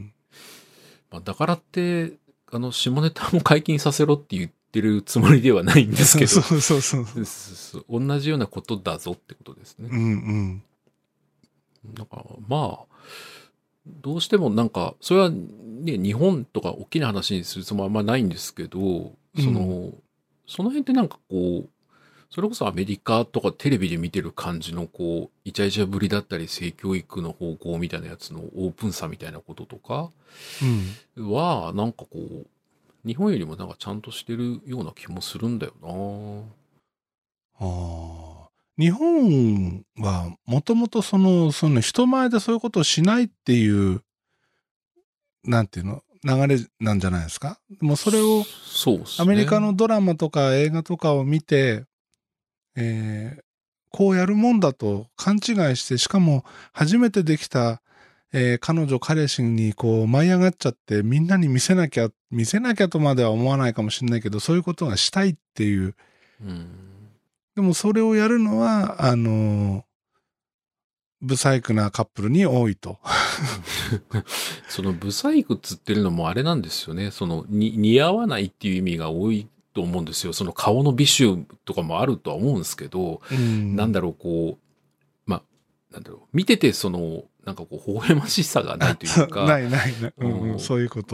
まあ、だからってあの下ネタも解禁させろって言ってるつもりではないんですけど、 そうそうそうそう同じようなことだぞってことですね。 うんうん。 なんかまあどうしてもなんかそれはね日本とか大きな話にするつもりはあんまないんですけど、その、うん、その辺ってなんかこう。それこそアメリカとかテレビで見てる感じのこうイチャイチャぶりだったり性教育の方向みたいなやつのオープンさみたいなこととかはなんかこう日本よりもなんかちゃんとしてるような気もするんだよな。あ日本はもともとそのその人前でそういうことをしないっていうなんていうの流れなんじゃないですか。もうそれをそうですね、 アメリカのドラマとか映画とかを見てえー、こうやるもんだと勘違いして、しかも初めてできた、えー、彼女彼氏にこう舞い上がっちゃってみんなに見せなきゃ見せなきゃとまでは思わないかもしれないけどそういうことがしたいっていう、 うん、 でもそれをやるのはあのー、ブサイクなカップルに多いとそのブサイクっつってるのもあれなんですよね。そのに似合わないっていう意味が多いと思うんですよ。その顔の美醜とかもあるとは思うんですけど、うん、なんだろうこうまあなんだろう見ててそのなんかこう微笑ましさがないというかないないない、うんうん、そういうこと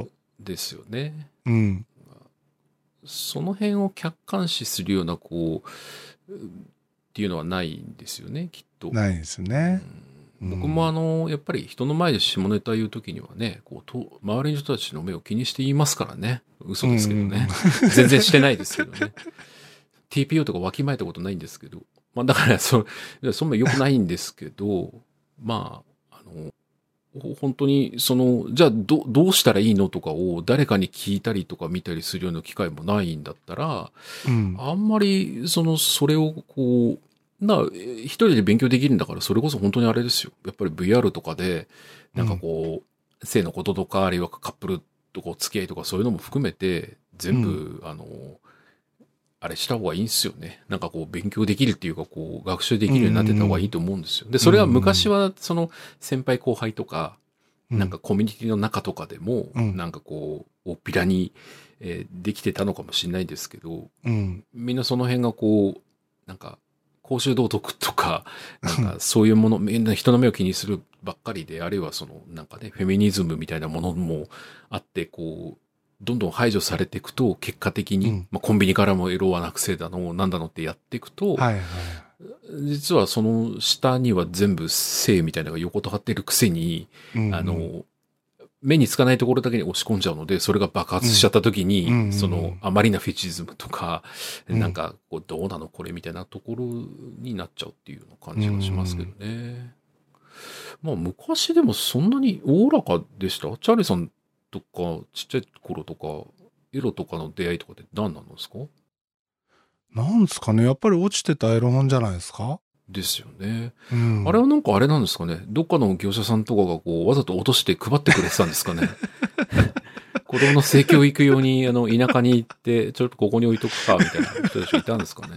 ですよね。 うん。 その辺を客観視するような、こう、っていうのはないんですよね、きっと。 ないですね。 うん、僕もあの、やっぱり人の前で下ネタ言うときにはね、こうと、周りの人たちの目を気にして言いますからね。嘘ですけどね。全然してないですけどね。ティーピーオー とかわきまえたことないんですけど。まあだから、そ、そんな良くないんですけど、まあ、あの、本当に、その、じゃあ、ど、どうしたらいいのとかを誰かに聞いたりとか見たりするような機会もないんだったら、 うん、 あんまり、その、それをこう、な、一人で勉強できるんだから、それこそ本当にあれですよ。やっぱり ブイアール とかで、なんかこう、性のこととか、あるいはカップルとこう付き合いとかそういうのも含めて、全部、うん、あの、あれした方がいいんですよね。なんかこう勉強できるっていうかこう学習できるようになってた方がいいと思うんですよ。で、それは昔はその先輩後輩とか、なんかコミュニティの中とかでも、なんかこう、おっぴらに、えー、できてたのかもしれないですけど、 うん、 みんなその辺がこう、なんか公衆道徳とか、なんかそういうもの、みんな人の目を気にするばっかりで、あるいはそのなんかね、フェミニズムみたいなものもあって、こう、どんどん排除されていくと、結果的に、うん、まあ、コンビニからもエロはなくせだの、なんだのってやっていくと、 はいはい、 実はその下には全部性みたいなのが横たわってるくせに、うんうん、あの、目につかないところだけに押し込んじゃうので、それが爆発しちゃった時に、うん、その、あまりなフェチズムとか、うん、なんか、こうどうなのこれみたいなところになっちゃうっていうような感じがしますけどね。うん、まあ、昔でもそんなにおおらかでした。チャーリーさんとか、ちっちゃい頃とか、エロとかの出会いとかって何なんですか？ なんですかね。やっぱり落ちてたエロ本じゃないですか？ ですよね、 うん。 あれはなんかあれなんですかね。どっかの業者さんとかがこう、わざと落として配ってくれてたんですかね。子供の性教育用に、あの、田舎に行って、ちょっとここに置いとくか、みたいな人たちいたんですかね。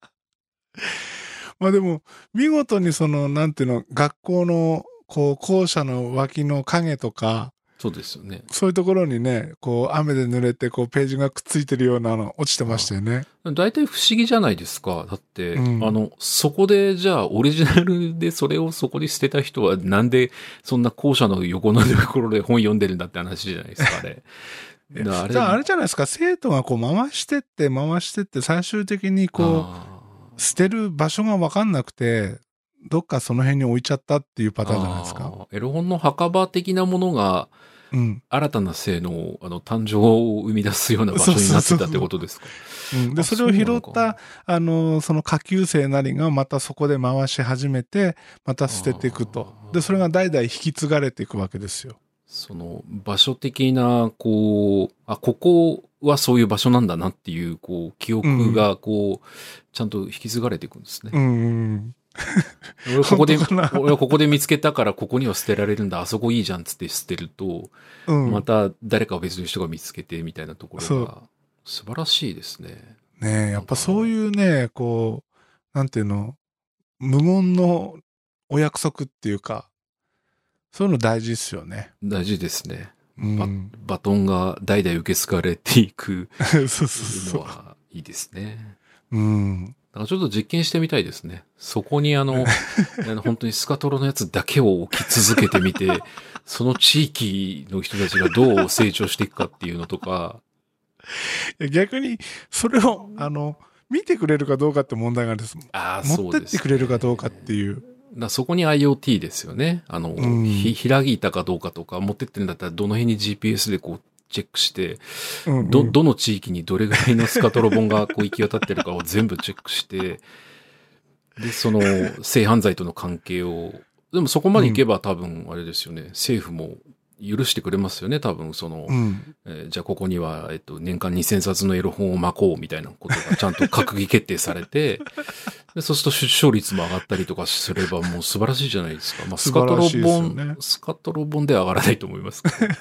まあでも、見事にその、なんていうの、学校の、こう、校舎の脇の影とか、 そうですよね。 そういうところにね、こう、雨で濡れて、こう、ページがくっついてるようなの、落ちてましたよね。 大体不思議じゃないですか。だって、うん、あの、そこで、じゃあ、オリジナルでそれをそこに捨てた人は、なんで、そんな校舎の横のところで本読んでるんだって話じゃないですか、あれ。 あれじゃあ、あれじゃないですか、生徒がこう、回してって、回してって、最終的にこう、捨てる場所がわかんなくて、どっかその辺に置いちゃったっていうパターンじゃないですか。 エロ本の墓場的なものが、うん、新たな性のあの誕生を生み出すような場所になってたってことですか。 で、それを拾った、あの、その下級生なりがまたそこで回し始めて、また捨てていくと。で、それが代々引き継がれていくわけですよ。 その場所的な、こう、あ、ここはそういう場所なんだなっていう、こう、記憶が、こう、うん、ちゃんと引き継がれていくんですね。 うんうん俺ここで、俺はここで見つけたからここには捨てられるんだ、あそこいいじゃんっつって捨てると、うん、また誰か別の人が見つけてみたいなところが素晴らしいですね。 ねえ、やっぱそういうね、こう、なんていうの、無言のお約束っていうか、そういうの大事ですよね。 大事ですね。 うん、 バ, バトンが代々受け継がれていくそうそうそうのはいいですね。 うん。 だからちょっと実験してみたいですね。そこにあの、本当にスカトロのやつだけを置き続けてみて、その地域の人たちがどう成長していくかっていうのとか。 逆に、それを、あの、見てくれるかどうかって問題があるんです。ああ、そうですね。持ってってくれるかどうかっていう。 だそこに IoT ですよね。あの、うん、ひ、開いたかどうかとか、持ってってるんだったらどの辺に ジーピーエス でこう、チェックして、うんうん、ど、どの地域にどれぐらいのスカトロ本がこう行き渡ってるかを全部チェックして、で、その性犯罪との関係を、でもそこまで行けば多分あれですよね、政府も許してくれますよね、多分その、うんえー、じゃあここには、えっと、年間にせんさつのエロ本を巻こうみたいなことがちゃんと閣議決定されて、でそうすると出生率も上がったりとかすればもう素晴らしいじゃないですか。まあ、スカトロ本、ね、スカトロ本では上がらないと思いますけど。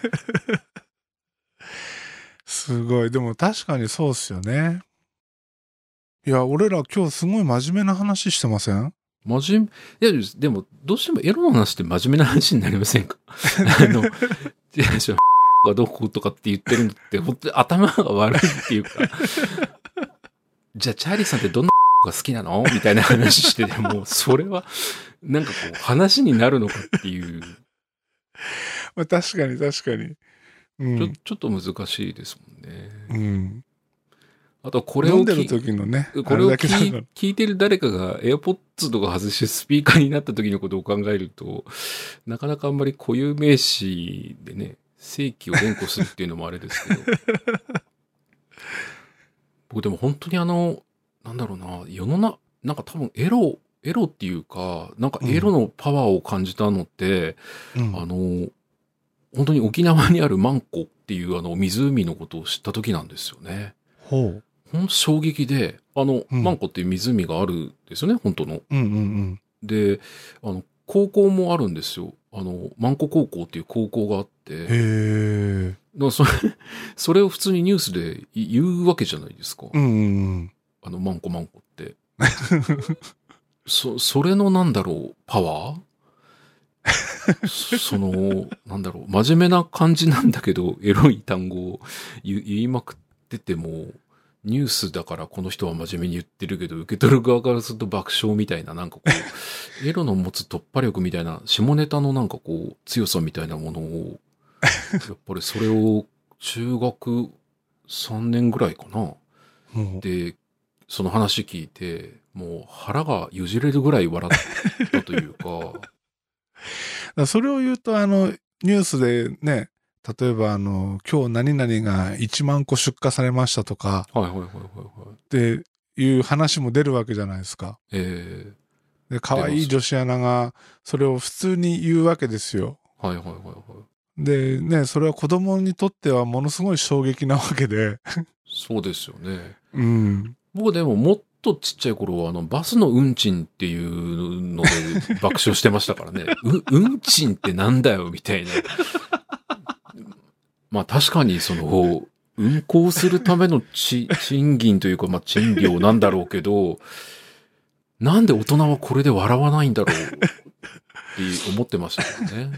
すごい。でも確かにそうっすよね。いや、俺ら今日すごい真面目な話してません？ 真面目、いや、でも、どうしてもエロの話って真面目な話になりませんか？あの、いや、しょ、がどことかって言ってるのって、本当に頭が悪いっていうか、じゃあ、チャーリーさんってどんなが好きなのみたいな話してても、それは、なんかこう、話になるのかっていう。 まあ確かに確かに。 うん、 ちょ、ちょっと難しいですもんね。 うん。 あとこれを飲んでる時のね、 これを聞い、聞いてる誰かが AirPods とか外してスピーカーになった時のことを考えると、なかなかあんまり固有名詞でね、正規を連呼するっていうのもあれですけど。僕でも本当にあの、なんだろうな、世の中、なんか多分エロ、エロっていうか、なんかエロのパワーを感じたのって、うん、あの、本当に沖縄にあるマンコっていうあの湖のことを知った時なんですよね。 ほう。 ほんと衝撃で、あの、うん、マンコっていう湖があるんですよね、本当の。 うんうんうん。 で、あの、高校もあるんですよ。あの、マンコ高校っていう高校があって。へえ。 だからそれ、それを普通にニュースで言うわけじゃないですか。 うんうんうん。 あの、マンコマンコって。そ、それのなんだろう、パワーその、なんだろう、真面目な感じなんだけど、エロい単語を言いまくってても、ニュースだからこの人は真面目に言ってるけど、受け取る側からすると爆笑みたいな、なんかこう、エロの持つ突破力みたいな、下ネタのなんかこう、強さみたいなものを、やっぱりそれを中学さんねんぐらいかな。うん、で、その話聞いて、もう腹がよじれるぐらい笑ったというか。 それを言うと、あの、ニュースでね、例えば、あの、今日何々がいちまんこ出荷されましたとか、 はいはいはいはい、はい。 っていう話も出るわけじゃないですか。 ええー、で、可愛い女子アナが、それを普通に言うわけですよ。 はいはいはいはい。 で、ね、それは子供にとってはものすごい衝撃なわけで。 そうですよね。 うん。 僕でももっとちっちゃい頃は、あの、バスの運賃っていうので爆笑してましたからね。う、運賃ってなんだよみたいな。まあ確かにその、運行するためのち賃金というか、まあ賃料なんだろうけど、なんで大人はこれで笑わないんだろうって思ってましたけどね。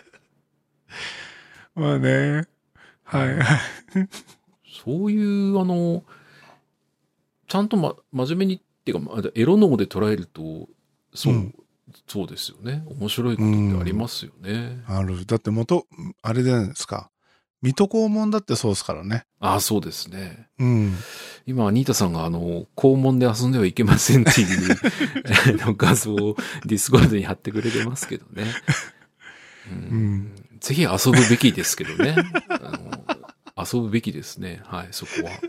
まあね。はいはい。 そういうあの、ちゃんとま、真面目にっていうか、エロ脳で捉えると、そう、うん、そうですよね。面白いことってありますよね。 ある。だって元、あれじゃないですか。水戸黄門だってそうですからね。 ああ、そうですね。 うん。 今、アニータさんがあの、黄門で遊んではいけませんっていうの画像をディスコードに貼ってくれてますけどね。うん、うん、ぜひ遊ぶべきですけどね。あの遊ぶべきですね。はい、そこは。はい、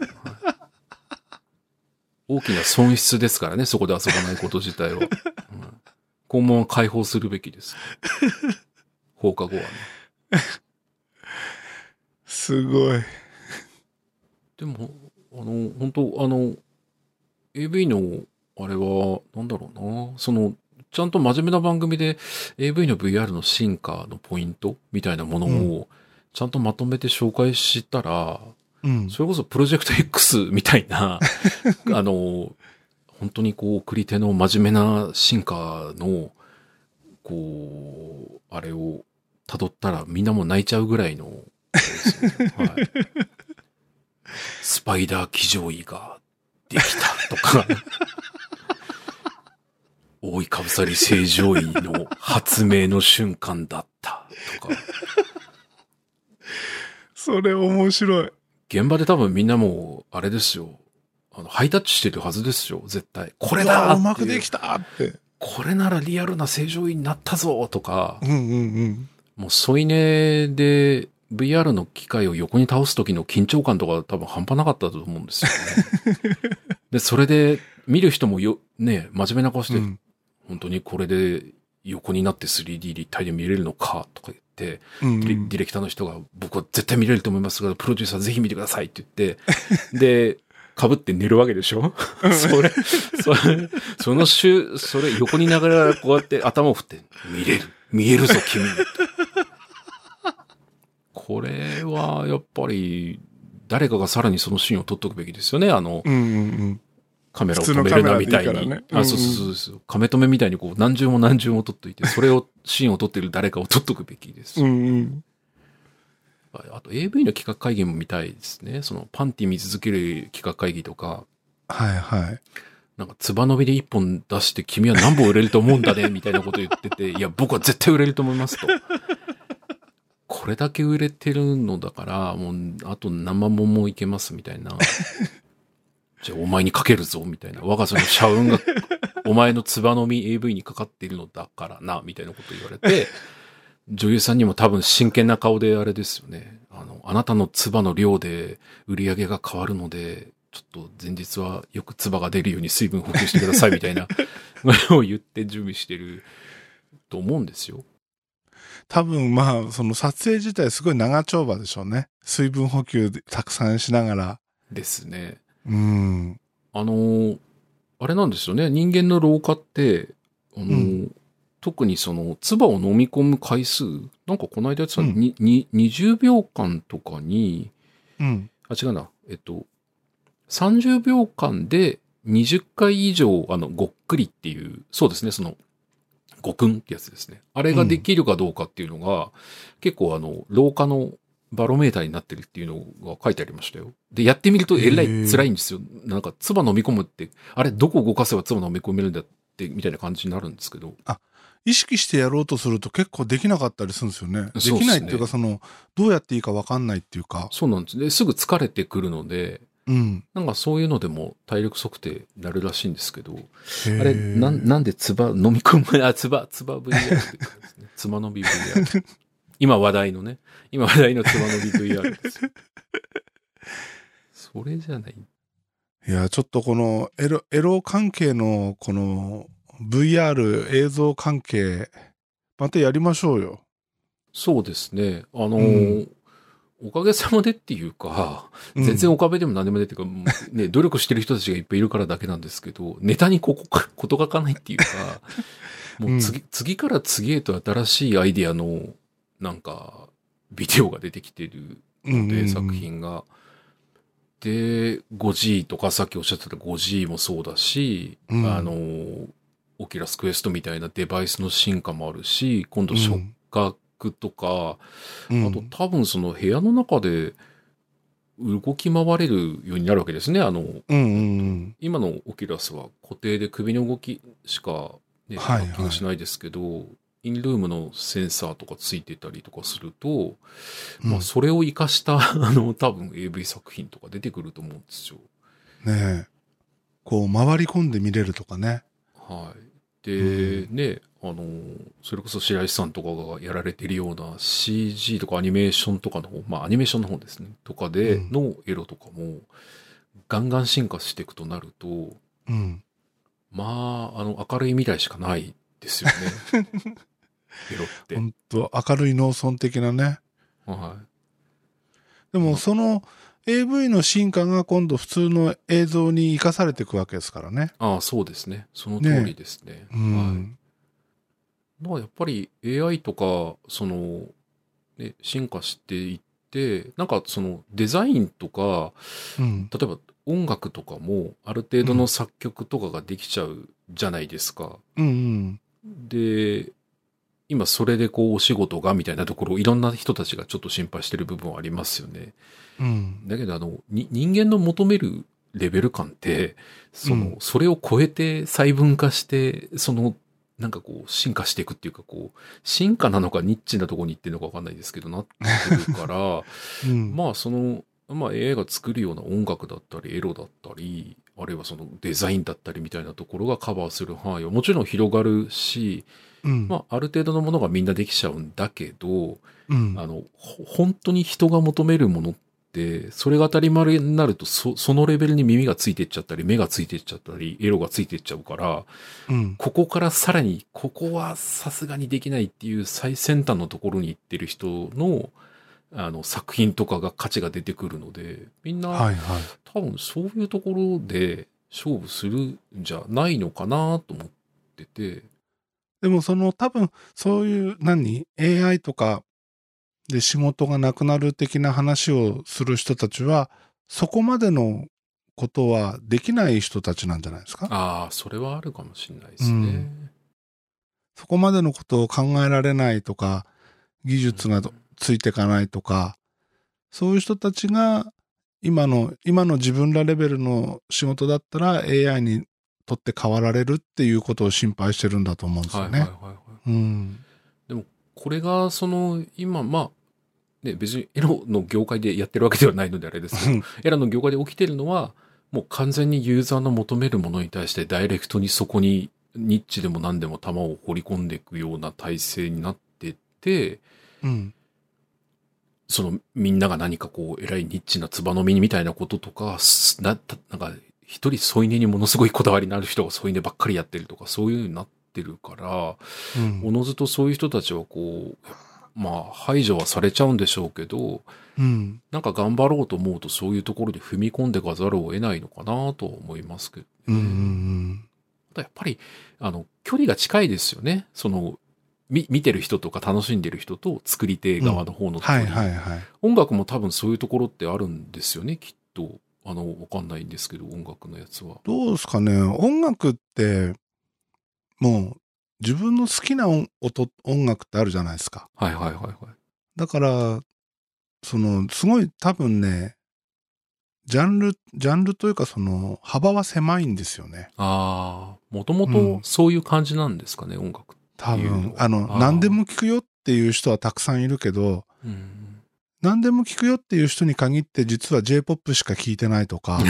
大きな損失ですからね、そこで遊ばないこと自体は。うん、肛門は解放するべきです。放課後はね。 すごい。 でも、あの、本当あの、エーブイ の、あれは、なんだろうな、その、ちゃんと真面目な番組で エーブイ の ブイアール の進化のポイントみたいなものを、ちゃんとまとめて紹介したら、うん、それこそプロジェクト X みたいな、あの、本当にこう、送り手の真面目な進化の、こう、あれを辿ったらみんなも泣いちゃうぐらいの、ね、はい、スパイダー騎乗位ができたとか、覆いかぶさり正常位の発明の瞬間だったとか。 それ面白い。 現場で多分みんなもう、あれですよ。あの、ハイタッチしてるはずですよ、絶対。これだーって。 うまくできたって。 これならリアルな正常位になったぞとか。 うんうんうん。 もう添い寝で ブイアール の機械を横に倒す時の緊張感とか多分半端なかったと思うんですよね。で、それで見る人もよ、ね、真面目な顔して、うん、本当にこれで横になって スリーディー 立体で見れるのかとか言って、うんうん、ディレクターの人が僕は絶対見れると思いますが、プロデューサーぜひ見てくださいって言って、で、被って寝るわけでしょそれ、それ、その週、それ横にながらこうやって頭を振って、見れる、見えるぞ君。これはやっぱり誰かがさらにそのシーンを撮っとくべきですよね。あの、 うんうんうん、 カメラを止めるなみたいに。いいね、あ、そうそうそう。カメ止めみたいにこう何重も何重も撮っといて、それを、シーンを撮ってる誰かを撮っとくべきです。 うんうん、 あと エーブイ の企画会議も見たいですね。そのパンティ見続ける企画会議とか。 はいはい。 なんか、つば伸びで一本出して君は何本売れると思うんだねみたいなこと言ってて、いや、僕は絶対売れると思いますと。 これだけ売れてるのだから、もう、あと何万本もいけますみたいな。じゃあ、お前にかけるぞみたいな。我がその社運が、お前のつばのみ エーブイ にかかっているのだからな、みたいなこと言われて、女優さんにも多分真剣な顔であれですよね。あの、あなたのつばの量で売り上げが変わるので、ちょっと前日はよくつばが出るように水分補給してくださいみたいなのを言って準備してると思うんですよ。 多分まあ、その撮影自体すごい長丁場でしょうね。水分補給たくさんしながら。 ですね。 うん。 あの、あれなんですよね。人間の老化って、あの、うん、特にその、唾を飲み込む回数、なんかこの間やってたの、うん、にににじゅうびょうかんとかに、 うん、 あ、違うな、えっと、さんじゅうびょうかんでにじゅっかい以上、あの、ごっくりっていう、そうですね、その、ごくんってやつですね。あれができるかどうかっていうのが、うん、結構あの、老化のバロメーターになってるっていうのが書いてありましたよ。で、やってみるとえらい辛いんですよ。なんか、唾飲み込むって、あれ、どこ動かせば唾飲み込めるんだって、みたいな感じになるんですけど。 あ、意識してやろうとすると結構できなかったりするんですよね。 そうですね。 できないっていうか、その、どうやっていいか分かんないっていうか。 そうなんですね。すぐ疲れてくるので、 うん。 なんかそういうのでも体力測定になるらしいんですけど、あれ、な、なんでつば飲み込む、あ、つば、つば ブイアール ってですね。つばのび ブイアール。今話題のね、今話題のつばのび ブイアール ですよ。それじゃない。 いや、ちょっとこのエロ、エロ関係のこの ブイアール 映像関係、またやりましょうよ。 そうですね。あのー、うんおかげさまでっていうか、全然おかげでも何でもねっていうか、うん、ね、努力してる人たちがいっぱいいるからだけなんですけど、ネタにここか、ことがかないっていうか、もう次、うん、次から次へと新しいアイディアの、なんか、ビデオが出てきてるので、うん、作品が。で、ファイブジー とかさっきおっしゃってた ファイブジー もそうだし、うん、あの、オキュラスクエストみたいなデバイスの進化もあるし、今度触覚、とか、うん、あと多分その部屋の中で動き回れるようになるわけですね。あの、 うんうんうん、 今のオキュラスは固定で首の動きしか、ね、ハッキングしないですけど、はいはい、インルームのセンサーとかついてたりとかすると、うん、まあそれを活かしたあの多分 エーブイ 作品とか出てくると思うんですよ。 ねえ。こう回り込んで見れるとかね。 はい。で、うん、ね、あの、それこそ白石さんとかがやられてるような シージー とかアニメーションとかの方、まあアニメーションの方ですね、とかでのエロとかも、ガンガン進化していくとなると、 うん、 まあ、あの、明るい未来しかないですよね。エロって。 本当明るい農村的なね。 はい。 でも、その エーブイ の進化が今度普通の映像に生かされていくわけですからね。 ああ、そうですね。その通りですね。ねうん、 はい。やっぱり エーアイ とか、その、ね、進化していって、なんかそのデザインとか、 うん、 例えば音楽とかもある程度の作曲とかができちゃうじゃないですか。 うんうん、 で、今それでこうお仕事がみたいなところいろんな人たちがちょっと心配してる部分はありますよね。 うん、 だけどあの、に人間の求めるレベル感って、その、うん、それを超えて細分化して、その、なんかこう、進化していくっていうか、こう、進化なのかニッチなところに行ってるのかわかんないですけど、なってくるから、うん、まあその、まあ エーアイ が作るような音楽だったり、エロだったり、あるいはそのデザインだったりみたいなところがカバーする範囲はもちろん広がるし、うん、まあある程度のものがみんなできちゃうんだけど、うん、あの、本当に人が求めるものってで、それが当たり前になると、そ、そのレベルに耳がついていっちゃったり、目がついていっちゃったり、エロがついていっちゃうから、うん、ここからさらに、ここはさすがにできないっていう最先端のところに行ってる人の、あの、作品とかが価値が出てくるので、みんな、はいはい、多分そういうところで勝負するんじゃないのかなと思ってて。 でもその多分、そういう何 エーアイ とか、で仕事がなくなる的な話をする人たちはそこまでのことはできない人たちなんじゃないですか。 ああ、それはあるかもしれないですね、うん、 そこまでのことを考えられないとか技術がついていかないとか、うん、そういう人たちが今の今の自分らレベルの仕事だったら エーアイ にとって変わられるっていうことを心配してるんだと思うんですよね。 でもこれがその今まあね、別にエロの業界でやってるわけではないのであれですけど、エロの業界で起きてるのは、もう完全にユーザーの求めるものに対してダイレクトにそこにニッチでも何でも玉を掘り込んでいくような体制になってって、 うん、 そのみんなが何かこう偉いニッチなつば飲みみたいなこととか、な、なんか一人添い寝にものすごいこだわりのある人が添い寝ばっかりやってるとかそういう風になってるから、 うん、 おのずとそういう人たちはこう、まあ排除はされちゃうんでしょうけど、 うん、 なんか頑張ろうと思うとそういうところに踏み込んでいかざるを得ないのかなと思いますけどね。 うん、うん、 あとやっぱり、あの、距離が近いですよね。その、み、見てる人とか楽しんでる人と作り手側の方の距離、 はいはいはい。 音楽も多分そういうところってあるんですよね、きっと。あの、わかんないんですけど、音楽のやつは。 どうですかね、音楽って、もう、自分の好きな音、音、音楽ってあるじゃないですか。 はいはいはいはい。 だから、その、すごい多分ね、ジャンル、ジャンルというかその、幅は狭いんですよね。 ああ、もともとうんそういう感じなんですかね、音楽っていうの多分、 は。 あの、 あー何でも聞くよっていう人はたくさんいるけど、 うん何でも聞くよっていう人に限って実は J-ポップ しか聞いてないとか、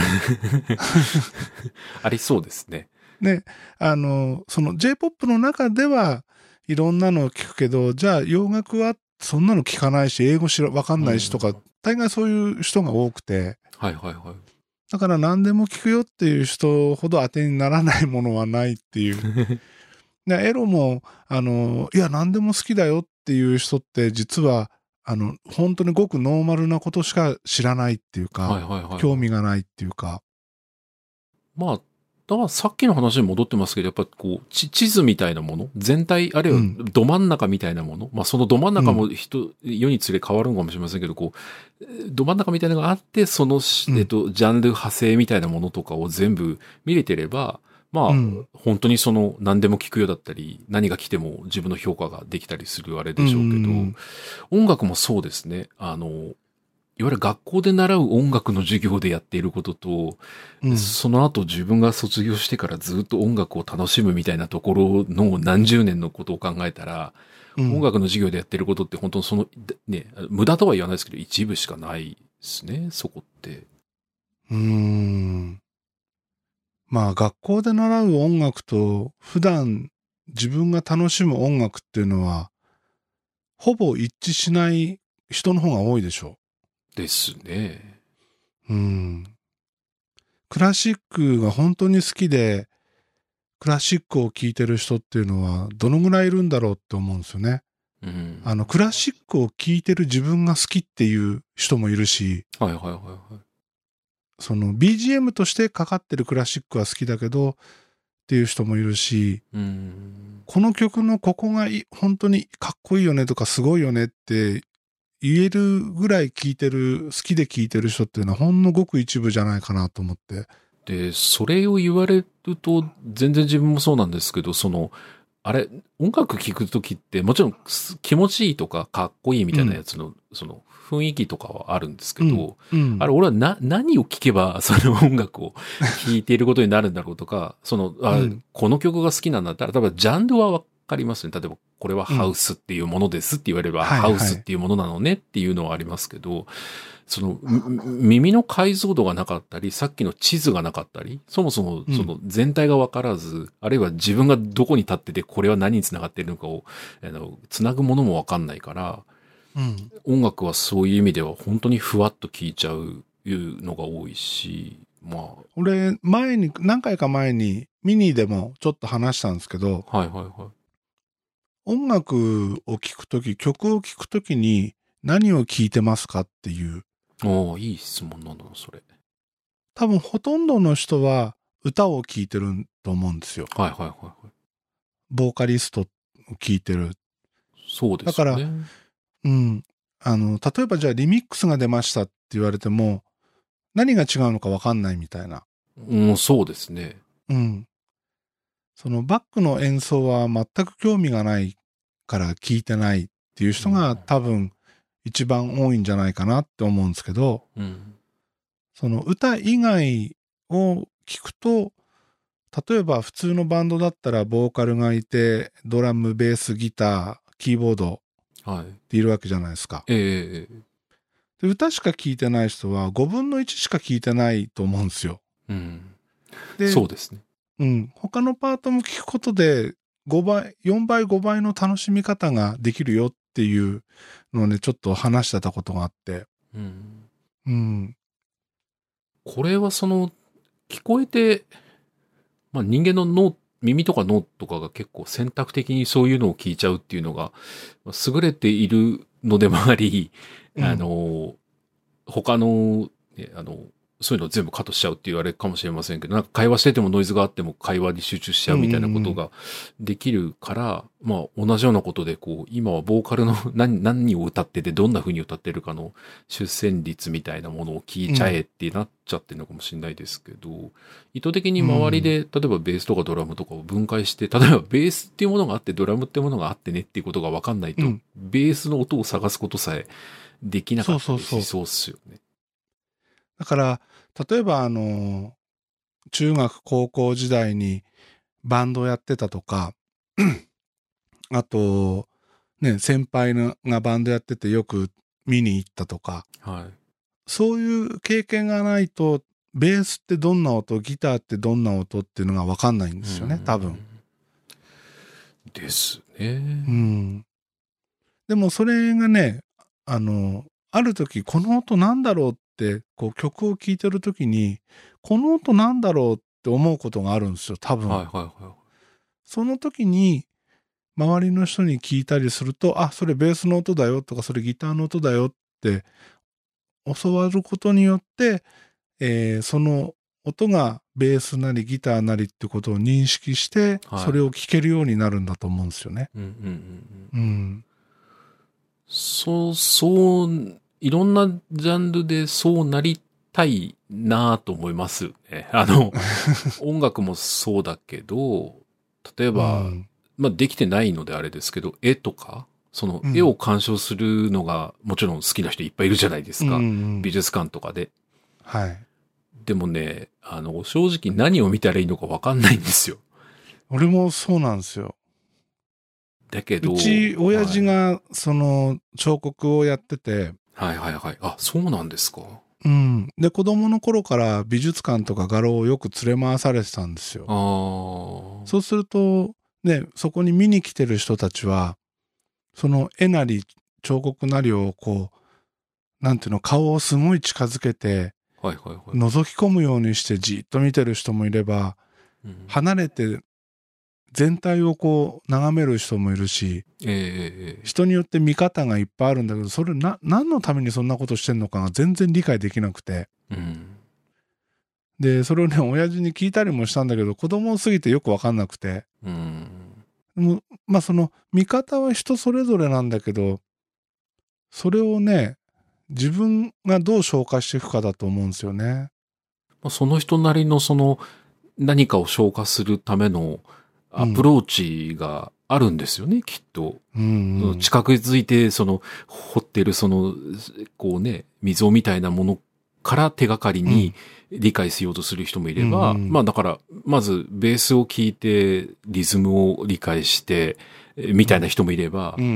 ありそうですね。 ね、あの、その J-ポップ の中ではいろんなのを聞くけど、じゃあ洋楽はそんなの聞かないし、英語しらわかんないしとか、 うん大概そういう人が多くて、 はいはいはい。 だから何でも聞くよっていう人ほど当てにならないものはないっていう。でエロも、あの、いや、何でも好きだよっていう人って実は、あの、本当にごくノーマルなことしか知らないっていうか、 はいはいはいはい。 興味がないっていうか。 まあ、だからさっきの話に戻ってますけど、やっぱこう、地地図みたいなもの、全体、あるいはうんど真ん中みたいなもの、まあそのど真ん中うも人、世につれ変わるのかもしれませんけど、こう、ど真ん中みたいなのがあって、その、 うんえっと、ジャンル派生みたいなものとかを全部見れてれば、まあ、 うん本当にその何でも聞くよだったり、何が来ても自分の評価ができたりするあれでしょうけど、 うん音楽もそうですね。あの、いわゆる学校で習う音楽の授業でやっていることと、 うんその後自分が卒業してからずっと音楽を楽しむみたいなところの何十年のことを考えたら、 うん音楽の授業でやってることって本当にその、ね、無駄とは言わないですけど、一部しかないですね、そこって。 うーん。まあ学校で習う音楽と普段自分が楽しむ音楽っていうのはほぼ一致しない人の方が多いでしょですね。 う。うん。クラシックが本当に好きでクラシックを聴いてる人っていうのはどのぐらいいるんだろうって思うんですよね。 うん。 あのクラシックを聴いてる自分が好きっていう人もいるし、 はいはいはいはい。 その ビージーエム としてかかってるクラシックは好きだけどっていう人もいるし、 うん。 この曲のここがい本当にかっこいいよねとかすごいよねって言えるぐらい聴いてる、好きで聴いてる人っていうのはほんのごく一部じゃないかなと思って。 で、それを言われると、全然自分もそうなんですけど、その、あれ、音楽聴くときって、もちろん気持ちいいとかかっこいいみたいなやつの、うん、その雰囲気とかはあるんですけど、 うんうん、 あれ、俺はな、何を聴けばその音楽を聴いていることになるんだろうとか、その、あ、うん、この曲が好きなんだったら、多分ジャンルはわかりますね。例えば、これはハウスっていうものですって言われれば、うん、ハウスっていうものなのねっていうのはありますけど、はいはい、その、耳の解像度がなかったり、さっきの地図がなかったり、そもそもその全体がわからず、うん、あるいは自分がどこに立ってて、これは何につながっているのかを、あの、つなぐものもわかんないから、うん、音楽はそういう意味では本当にふわっと聴いちゃうのが多いし、まあ。 俺、前に、何回か前に、ミニでもちょっと話したんですけど、 はいはいはい。 音楽を聴くとき、曲を聴くときに何を聴いてますかっていう。 おー、いい質問なんだな、それ。 多分ほとんどの人は歌を聴いてると思うんですよ。 はいはいはいはい。 ボーカリストを聴いてる。 そうですね。 だから、うん。あの、例えばじゃあリミックスが出ましたって言われても、何が違うのか分かんないみたいな。 うん、そうですね。 うん。そのバックの演奏は全く興味がないから聴いてないっていう人が多分一番多いんじゃないかなって思うんですけど、 うん、 その歌以外を聞くと、例えば普通のバンドだったらボーカルがいて、ドラム、ベース、ギター、キーボードているわけじゃないですか。 はい、えー、 で歌しか聞いてない人はごぶんのいちしか聞いてないと思うんですよ。 うん、 でそうですね。 うん、他のパートも聞くことでごばい、よんばい、ごばいの楽しみ方ができるよっていうのをね、ちょっと話してたことがあって。 うん。 うん。 これはその、聞こえて、まあ人間の脳、耳とか脳とかが結構選択的にそういうのを聞いちゃうっていうのが、優れているのでもあり、 うん、 あの、他の、ね、あの、そういうの全部カットしちゃうって言われるかもしれませんけど、なんか会話しててもノイズがあっても会話に集中しちゃうみたいなことができるから、うんうんうん、まあ同じようなことで、こう、今はボーカルの何、何を歌っててどんな風に歌ってるかの出戦率みたいなものを聞いちゃえってなっちゃってるのかもしれないですけど、うん、意図的に周りで、例えばベースとかドラムとかを分解して、例えばベースっていうものがあってドラムっていうものがあってねっていうことが分かんないと、うん、ベースの音を探すことさえできなかったりしそうっすよね。そうそうそう。 だから、例えばあの、中学高校時代にバンドをやってたとか、あと、ね、先輩がバンドやっててよく見に行ったとか、 はい、 そういう経験がないと、ベースってどんな音、ギターってどんな音っていうのが分かんないんですよね、多分。 ですね。 うん。でもそれがね、あの、ある時、この音なんだろうって、こう曲を聴いてる時に、この音なんだろうって思うことがあるんですよ、多分。 はいはいはい。 その時に、周りの人に聞いたりすると、あ、それベースの音だよとか、それギターの音だよって教わることによって、えー、その音がベースなりギターなりってことを認識して、はい、それを聴けるようになるんだと思うんですよね。 うんうんうんうん。 そう、そう、いろんなジャンルでそうなりたいなと思いますね。あの、音楽もそうだけど、例えば、うん、まあできてないのであれですけど、絵とか、その絵を鑑賞するのがもちろん好きな人いっぱいいるじゃないですか。うんうん、美術館とかで。 はい。 でもね、あの、正直何を見たらいいのかわかんないんですよ。 俺もそうなんですよ。 だけど。 うち、親父が、その、彫刻をやってて。 はいはいはい。あ、そうなんですか。 うん。で、子供の頃から美術館とか画廊をよく連れ回されてたんですよ。 ああ。 そうすると、ね、そこに見に来てる人たちは、その絵なり彫刻なりをこう、なんていうの、顔をすごい近づけて、 はいはいはい。 覗き込むようにしてじっと見てる人もいれば、うん、離れて全体をこう眺める人もいるし、 えー、 人によって見方がいっぱいあるんだけど、それな何のためにそんなことしてんのかが全然理解できなくて、 うん、 でそれをね親父に聞いたりもしたんだけど、子供すぎてよく分かんなくて、 うん、 もまあその見方は人それぞれなんだけど、それをね自分がどう消化していくかだと思うんですよね。 その人なりのその何かを消化するためのアプローチがあるんですよね、うん、きっと。うんうん、近づいて、その、掘ってるその、こうね、溝みたいなものから手がかりに理解しようとする人もいれば、うんうん、まあだから、まずベースを聞いて、リズムを理解して、みたいな人もいれば、 うんうん、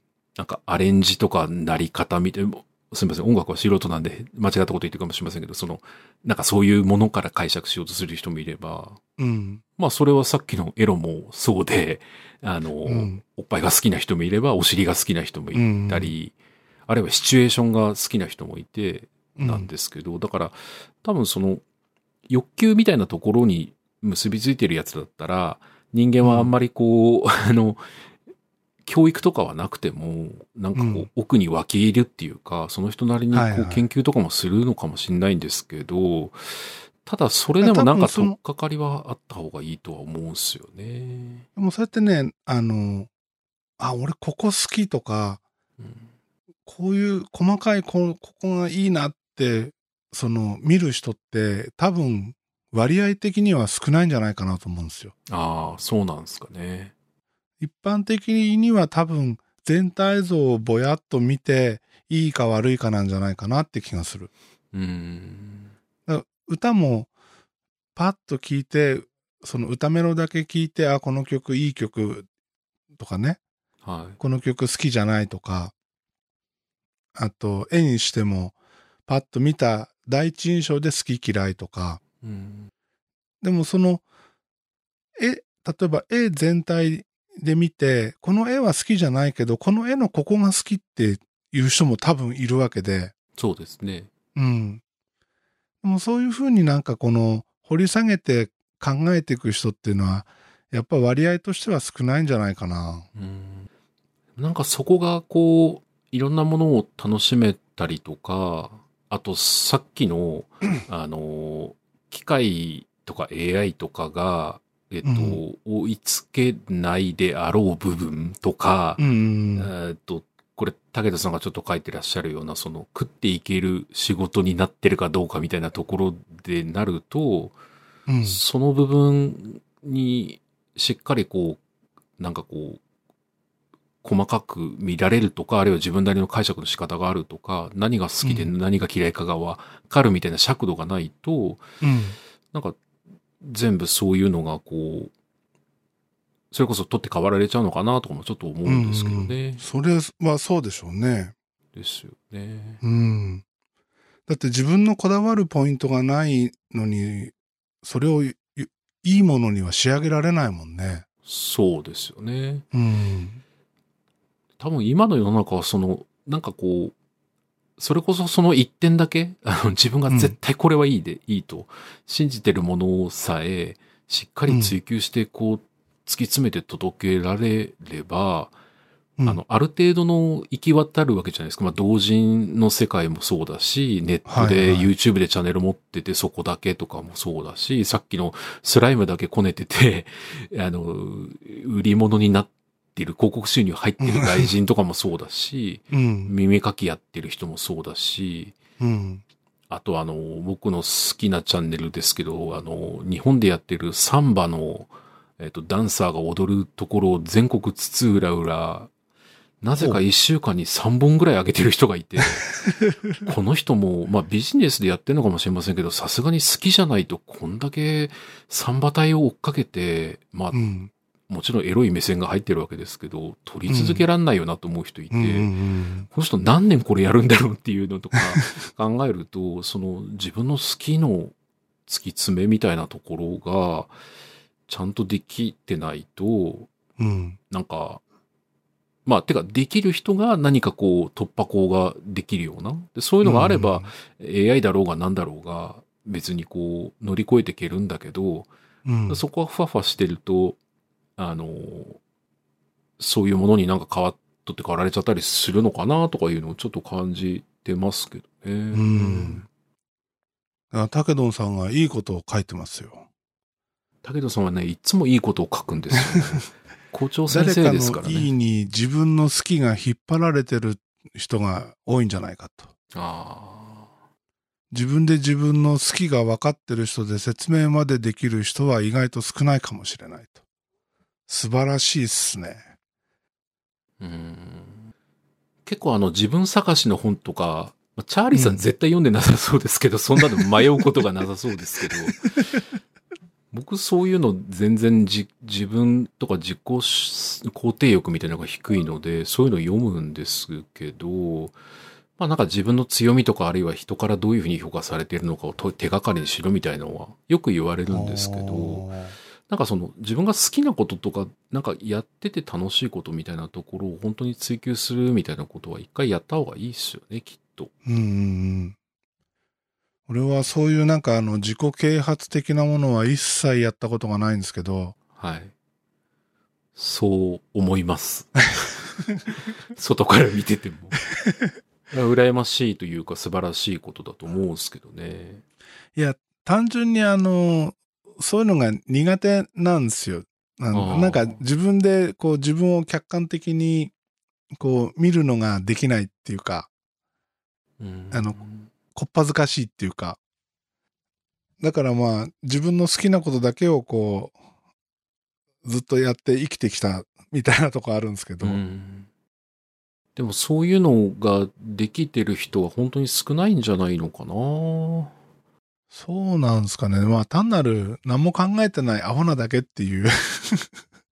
なんかアレンジとかなり方みたいな、すみません、音楽は素人なんで間違ったこと言ってるかもしれませんけど、その、なんかそういうものから解釈しようとする人もいれば、 うん、 まあそれはさっきのエロもそうで、あの、うん、おっぱいが好きな人もいれば、お尻が好きな人もいたり、うん、あるいはシチュエーションが好きな人もいて、なんですけど、うん、だから多分その欲求みたいなところに結びついてるやつだったら、人間はあんまりこう、うん、あの、教育とかはなくても、なんかこう、うん、奥に湧き入るっていうか、その人なりにこう研究とかもするのかもしれないんですけど、はいはい、ただそれでもなんか取っかかりはあった方がいいとは思うんですよね。 でもそうやってね、あの、あ、俺ここ好きとか、うん、こういう細かいこ、ここがいいなって、その見る人って多分割合的には少ないんじゃないかなと思うんですよ。 ああ、そうなんですかね。 一般的には多分全体像をぼやっと見ていいか悪いかなんじゃないかなって気がする。 うーん。 だから歌もパッと聞いて、その歌メロだけ聞いて、あ、この曲いい曲とかね、 はい、 この曲好きじゃないとか、あと絵にしてもパッと見た第一印象で好き嫌いとか、 うん、 でもその絵、例えば絵全体で見て、この絵は好きじゃないけど、この絵のここが好きっていう人も多分いるわけで。 そうですね。 うん。でもそういうふうになんかこの掘り下げて考えていく人っていうのは、やっぱ割合としては少ないんじゃないかな。 うん、なんかそこがこう、いろんなものを楽しめたりとか、あとさっきの、あの、機械とか エーアイ とかが、えっと、うん、追いつけないであろう部分とか、 うん、 えっと、これ、武田さんがちょっと書いてらっしゃるような、その、食っていける仕事になってるかどうかみたいなところでなると、うん、その部分にしっかりこう、なんかこう、細かく見られるとか、あるいは自分なりの解釈の仕方があるとか、何が好きで何が嫌いかがわかるみたいな尺度がないと、うん、なんか全部そういうのがこう、それこそ取って代わられちゃうのかなとかもちょっと思うんですけどね。 うん、それはそうでしょうね。 ですよね。 うん。だって自分のこだわるポイントがないのに、それをいいものには仕上げられないもんね。 そうですよね。 うん。 多分今の世の中はその、なんかこう、それこそその一点だけ、あの自分が絶対これはいいで、うん、いいと信じてるものさえ、しっかり追求してこう、突き詰めて届けられれば、うん、あの、ある程度の行き渡るわけじゃないですか。まあ、同人の世界もそうだし、ネットで YouTube でチャンネル持っててそこだけとかもそうだし、さっきのスライムだけこねてて、あの、売り物になってる、広告収入入ってる外人とかもそうだし、うん、耳かきやってる人もそうだし、うん、あとあの、僕の好きなチャンネルですけど、あの、日本でやってるサンバの、えっと、ダンサーが踊るところを全国津々浦々、なぜか一週間にさんぼんぐらい上げてる人がいて、この人も、まあビジネスでやってるのかもしれませんけど、さすがに好きじゃないとこんだけサンバ隊を追っかけて、まあ、うん、もちろんエロい目線が入ってるわけですけど、撮り続けらんないよなと思う人いて、うんうんうん、この人何年これやるんだろうっていうのとか考えると、その自分の好きの突き詰めみたいなところが、ちゃんとできてないと、うん、なんか、まあ、てか、できる人が何かこう、突破口ができるような。でそういうのがあれば、うん、エーアイ だろうが何だろうが、別にこう、乗り越えていけるんだけど、うん、そこはふわふわしてると、あの、そういうものになんか変わっとって変わられちゃったりするのかなとかいうのをちょっと感じてますけどね。うん。 武ドンさんがいいことを書いてますよ。 武ドンさんはね、いつもいいことを書くんですよ、ね。校長先生ですからね。 誰かのいいに自分の好きが引っ張られてる人が多いんじゃないかと。 あ自分で自分の好きが分かってる人で説明までできる人は意外と少ないかもしれないと。素晴らしいっすね。 うん。結構あの自分探しの本とか、チャーリーさん絶対読んでなさそうですけど、うん、そんなの迷うことがなさそうですけど。僕そういうの全然じ自分とか自己肯定欲みたいなのが低いので、そういうの読むんですけど、まあなんか自分の強みとかあるいは人からどういうふうに評価されているのかを手がかりにしろみたいなのはよく言われるんですけど、なんかその自分が好きなこととか、なんかやってて楽しいことみたいなところを本当に追求するみたいなことは一回やった方がいいですよね、きっと。 うんうんうん。俺はそういうなんかあの自己啓発的なものは一切やったことがないんですけど。 はい。そう思います。外から見てても。羨ましいというか素晴らしいことだと思うんですけどね。 いや、単純にあの、そういうのが苦手なんですよ。あのなんか自分でこう自分を客観的にこう見るのができないっていうか、 うんあの、こっぱずかしいっていうか。だからまあ自分の好きなことだけをこうずっとやって生きてきたみたいなとこあるんですけど、うん、 でもそういうのができてる人は本当に少ないんじゃないのかな。 そうなんですかね。まあ単なる何も考えてないアホなだけっていう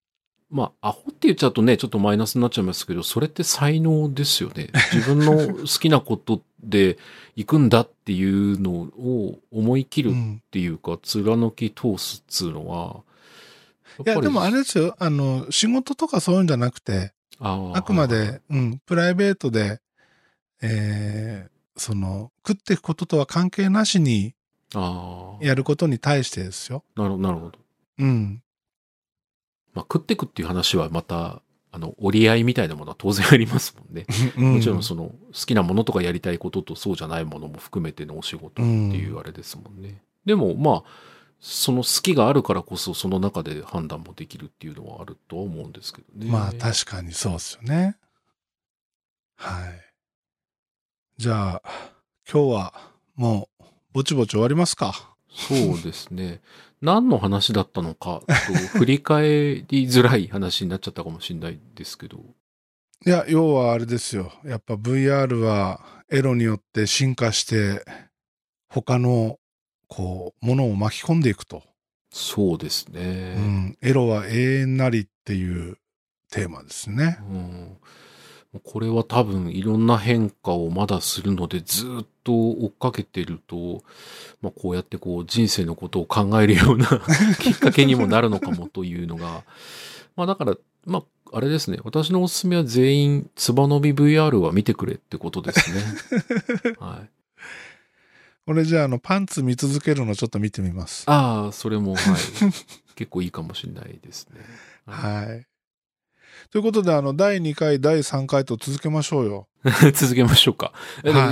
まあ、アホって言っちゃうとね、ちょっとマイナスになっちゃいますけど、それって才能ですよね。自分の好きなことで行くんだっていうのを思い切るっていうか、うん、貫き通すっつうのは、 いや、でもあれですよ、あの、仕事とかそういうんじゃなくて、あ, あくまで、はいはい、うん、プライベートで、えー、その、食っていくこととは関係なしに、やることに対してですよ。 なるほど、なるほど。 うん。 まあ、食っていくっていう話はまた、あの、折り合いみたいなものは当然ありますもんね。うん、もちろんその、好きなものとかやりたいこととそうじゃないものも含めてのお仕事っていうあれですもんね。うん、でも、まあ、その好きがあるからこそその中で判断もできるっていうのはあるとは思うんですけどね。 まあ、確かにそうですよね。はい。じゃあ、今日はもう、ぼちぼち終わりますか。 そうですね。何の話だったのかと振り返りづらい話になっちゃったかもしれないですけど。 いや、要はあれですよ。やっぱ ブイアール はエロによって進化して他のこうものを巻き込んでいくと。 そうですね。 うん、エロは永遠なりっていうテーマですね。 うん、これは多分いろんな変化をまだするのでずっと追っかけてると、まあ、こうやってこう人生のことを考えるようなきっかけにもなるのかもというのが、まあだから、まああれですね、私のおすすめは全員つばのび ブイアール は見てくれってことですね。はい。 俺じゃああのパンツ見続けるのちょっと見てみます。 ああ、それも、はい。結構いいかもしれないですね。 はい。はいということで、あの、だいにかい、だいさんかいと続けましょうよ。 続けましょうか。はい、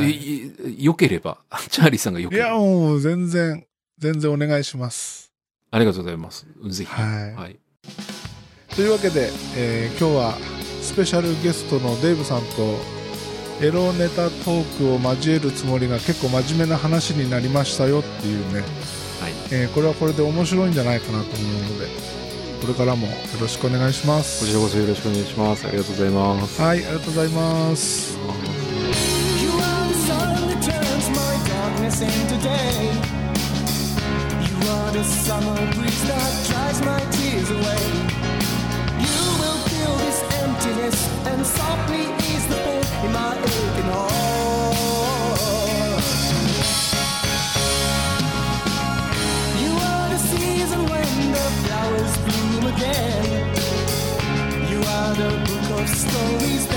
よければ、チャーリーさんがよければ。 いや、もう全然、全然お願いします。 ありがとうございます。ぜひ。 はい。 はい、 というわけで、えー、今日はスペシャルゲストのデイブさんとエロネタトークを交えるつもりが結構真面目な話になりましたよっていうね。はい。えー、これはこれで面白いんじゃないかなと思うので。これからもよろしくお願いします。 こちらこそよろしくお願いします。ありがとうございます。 はい、ありがとうございます。 You are the book of stories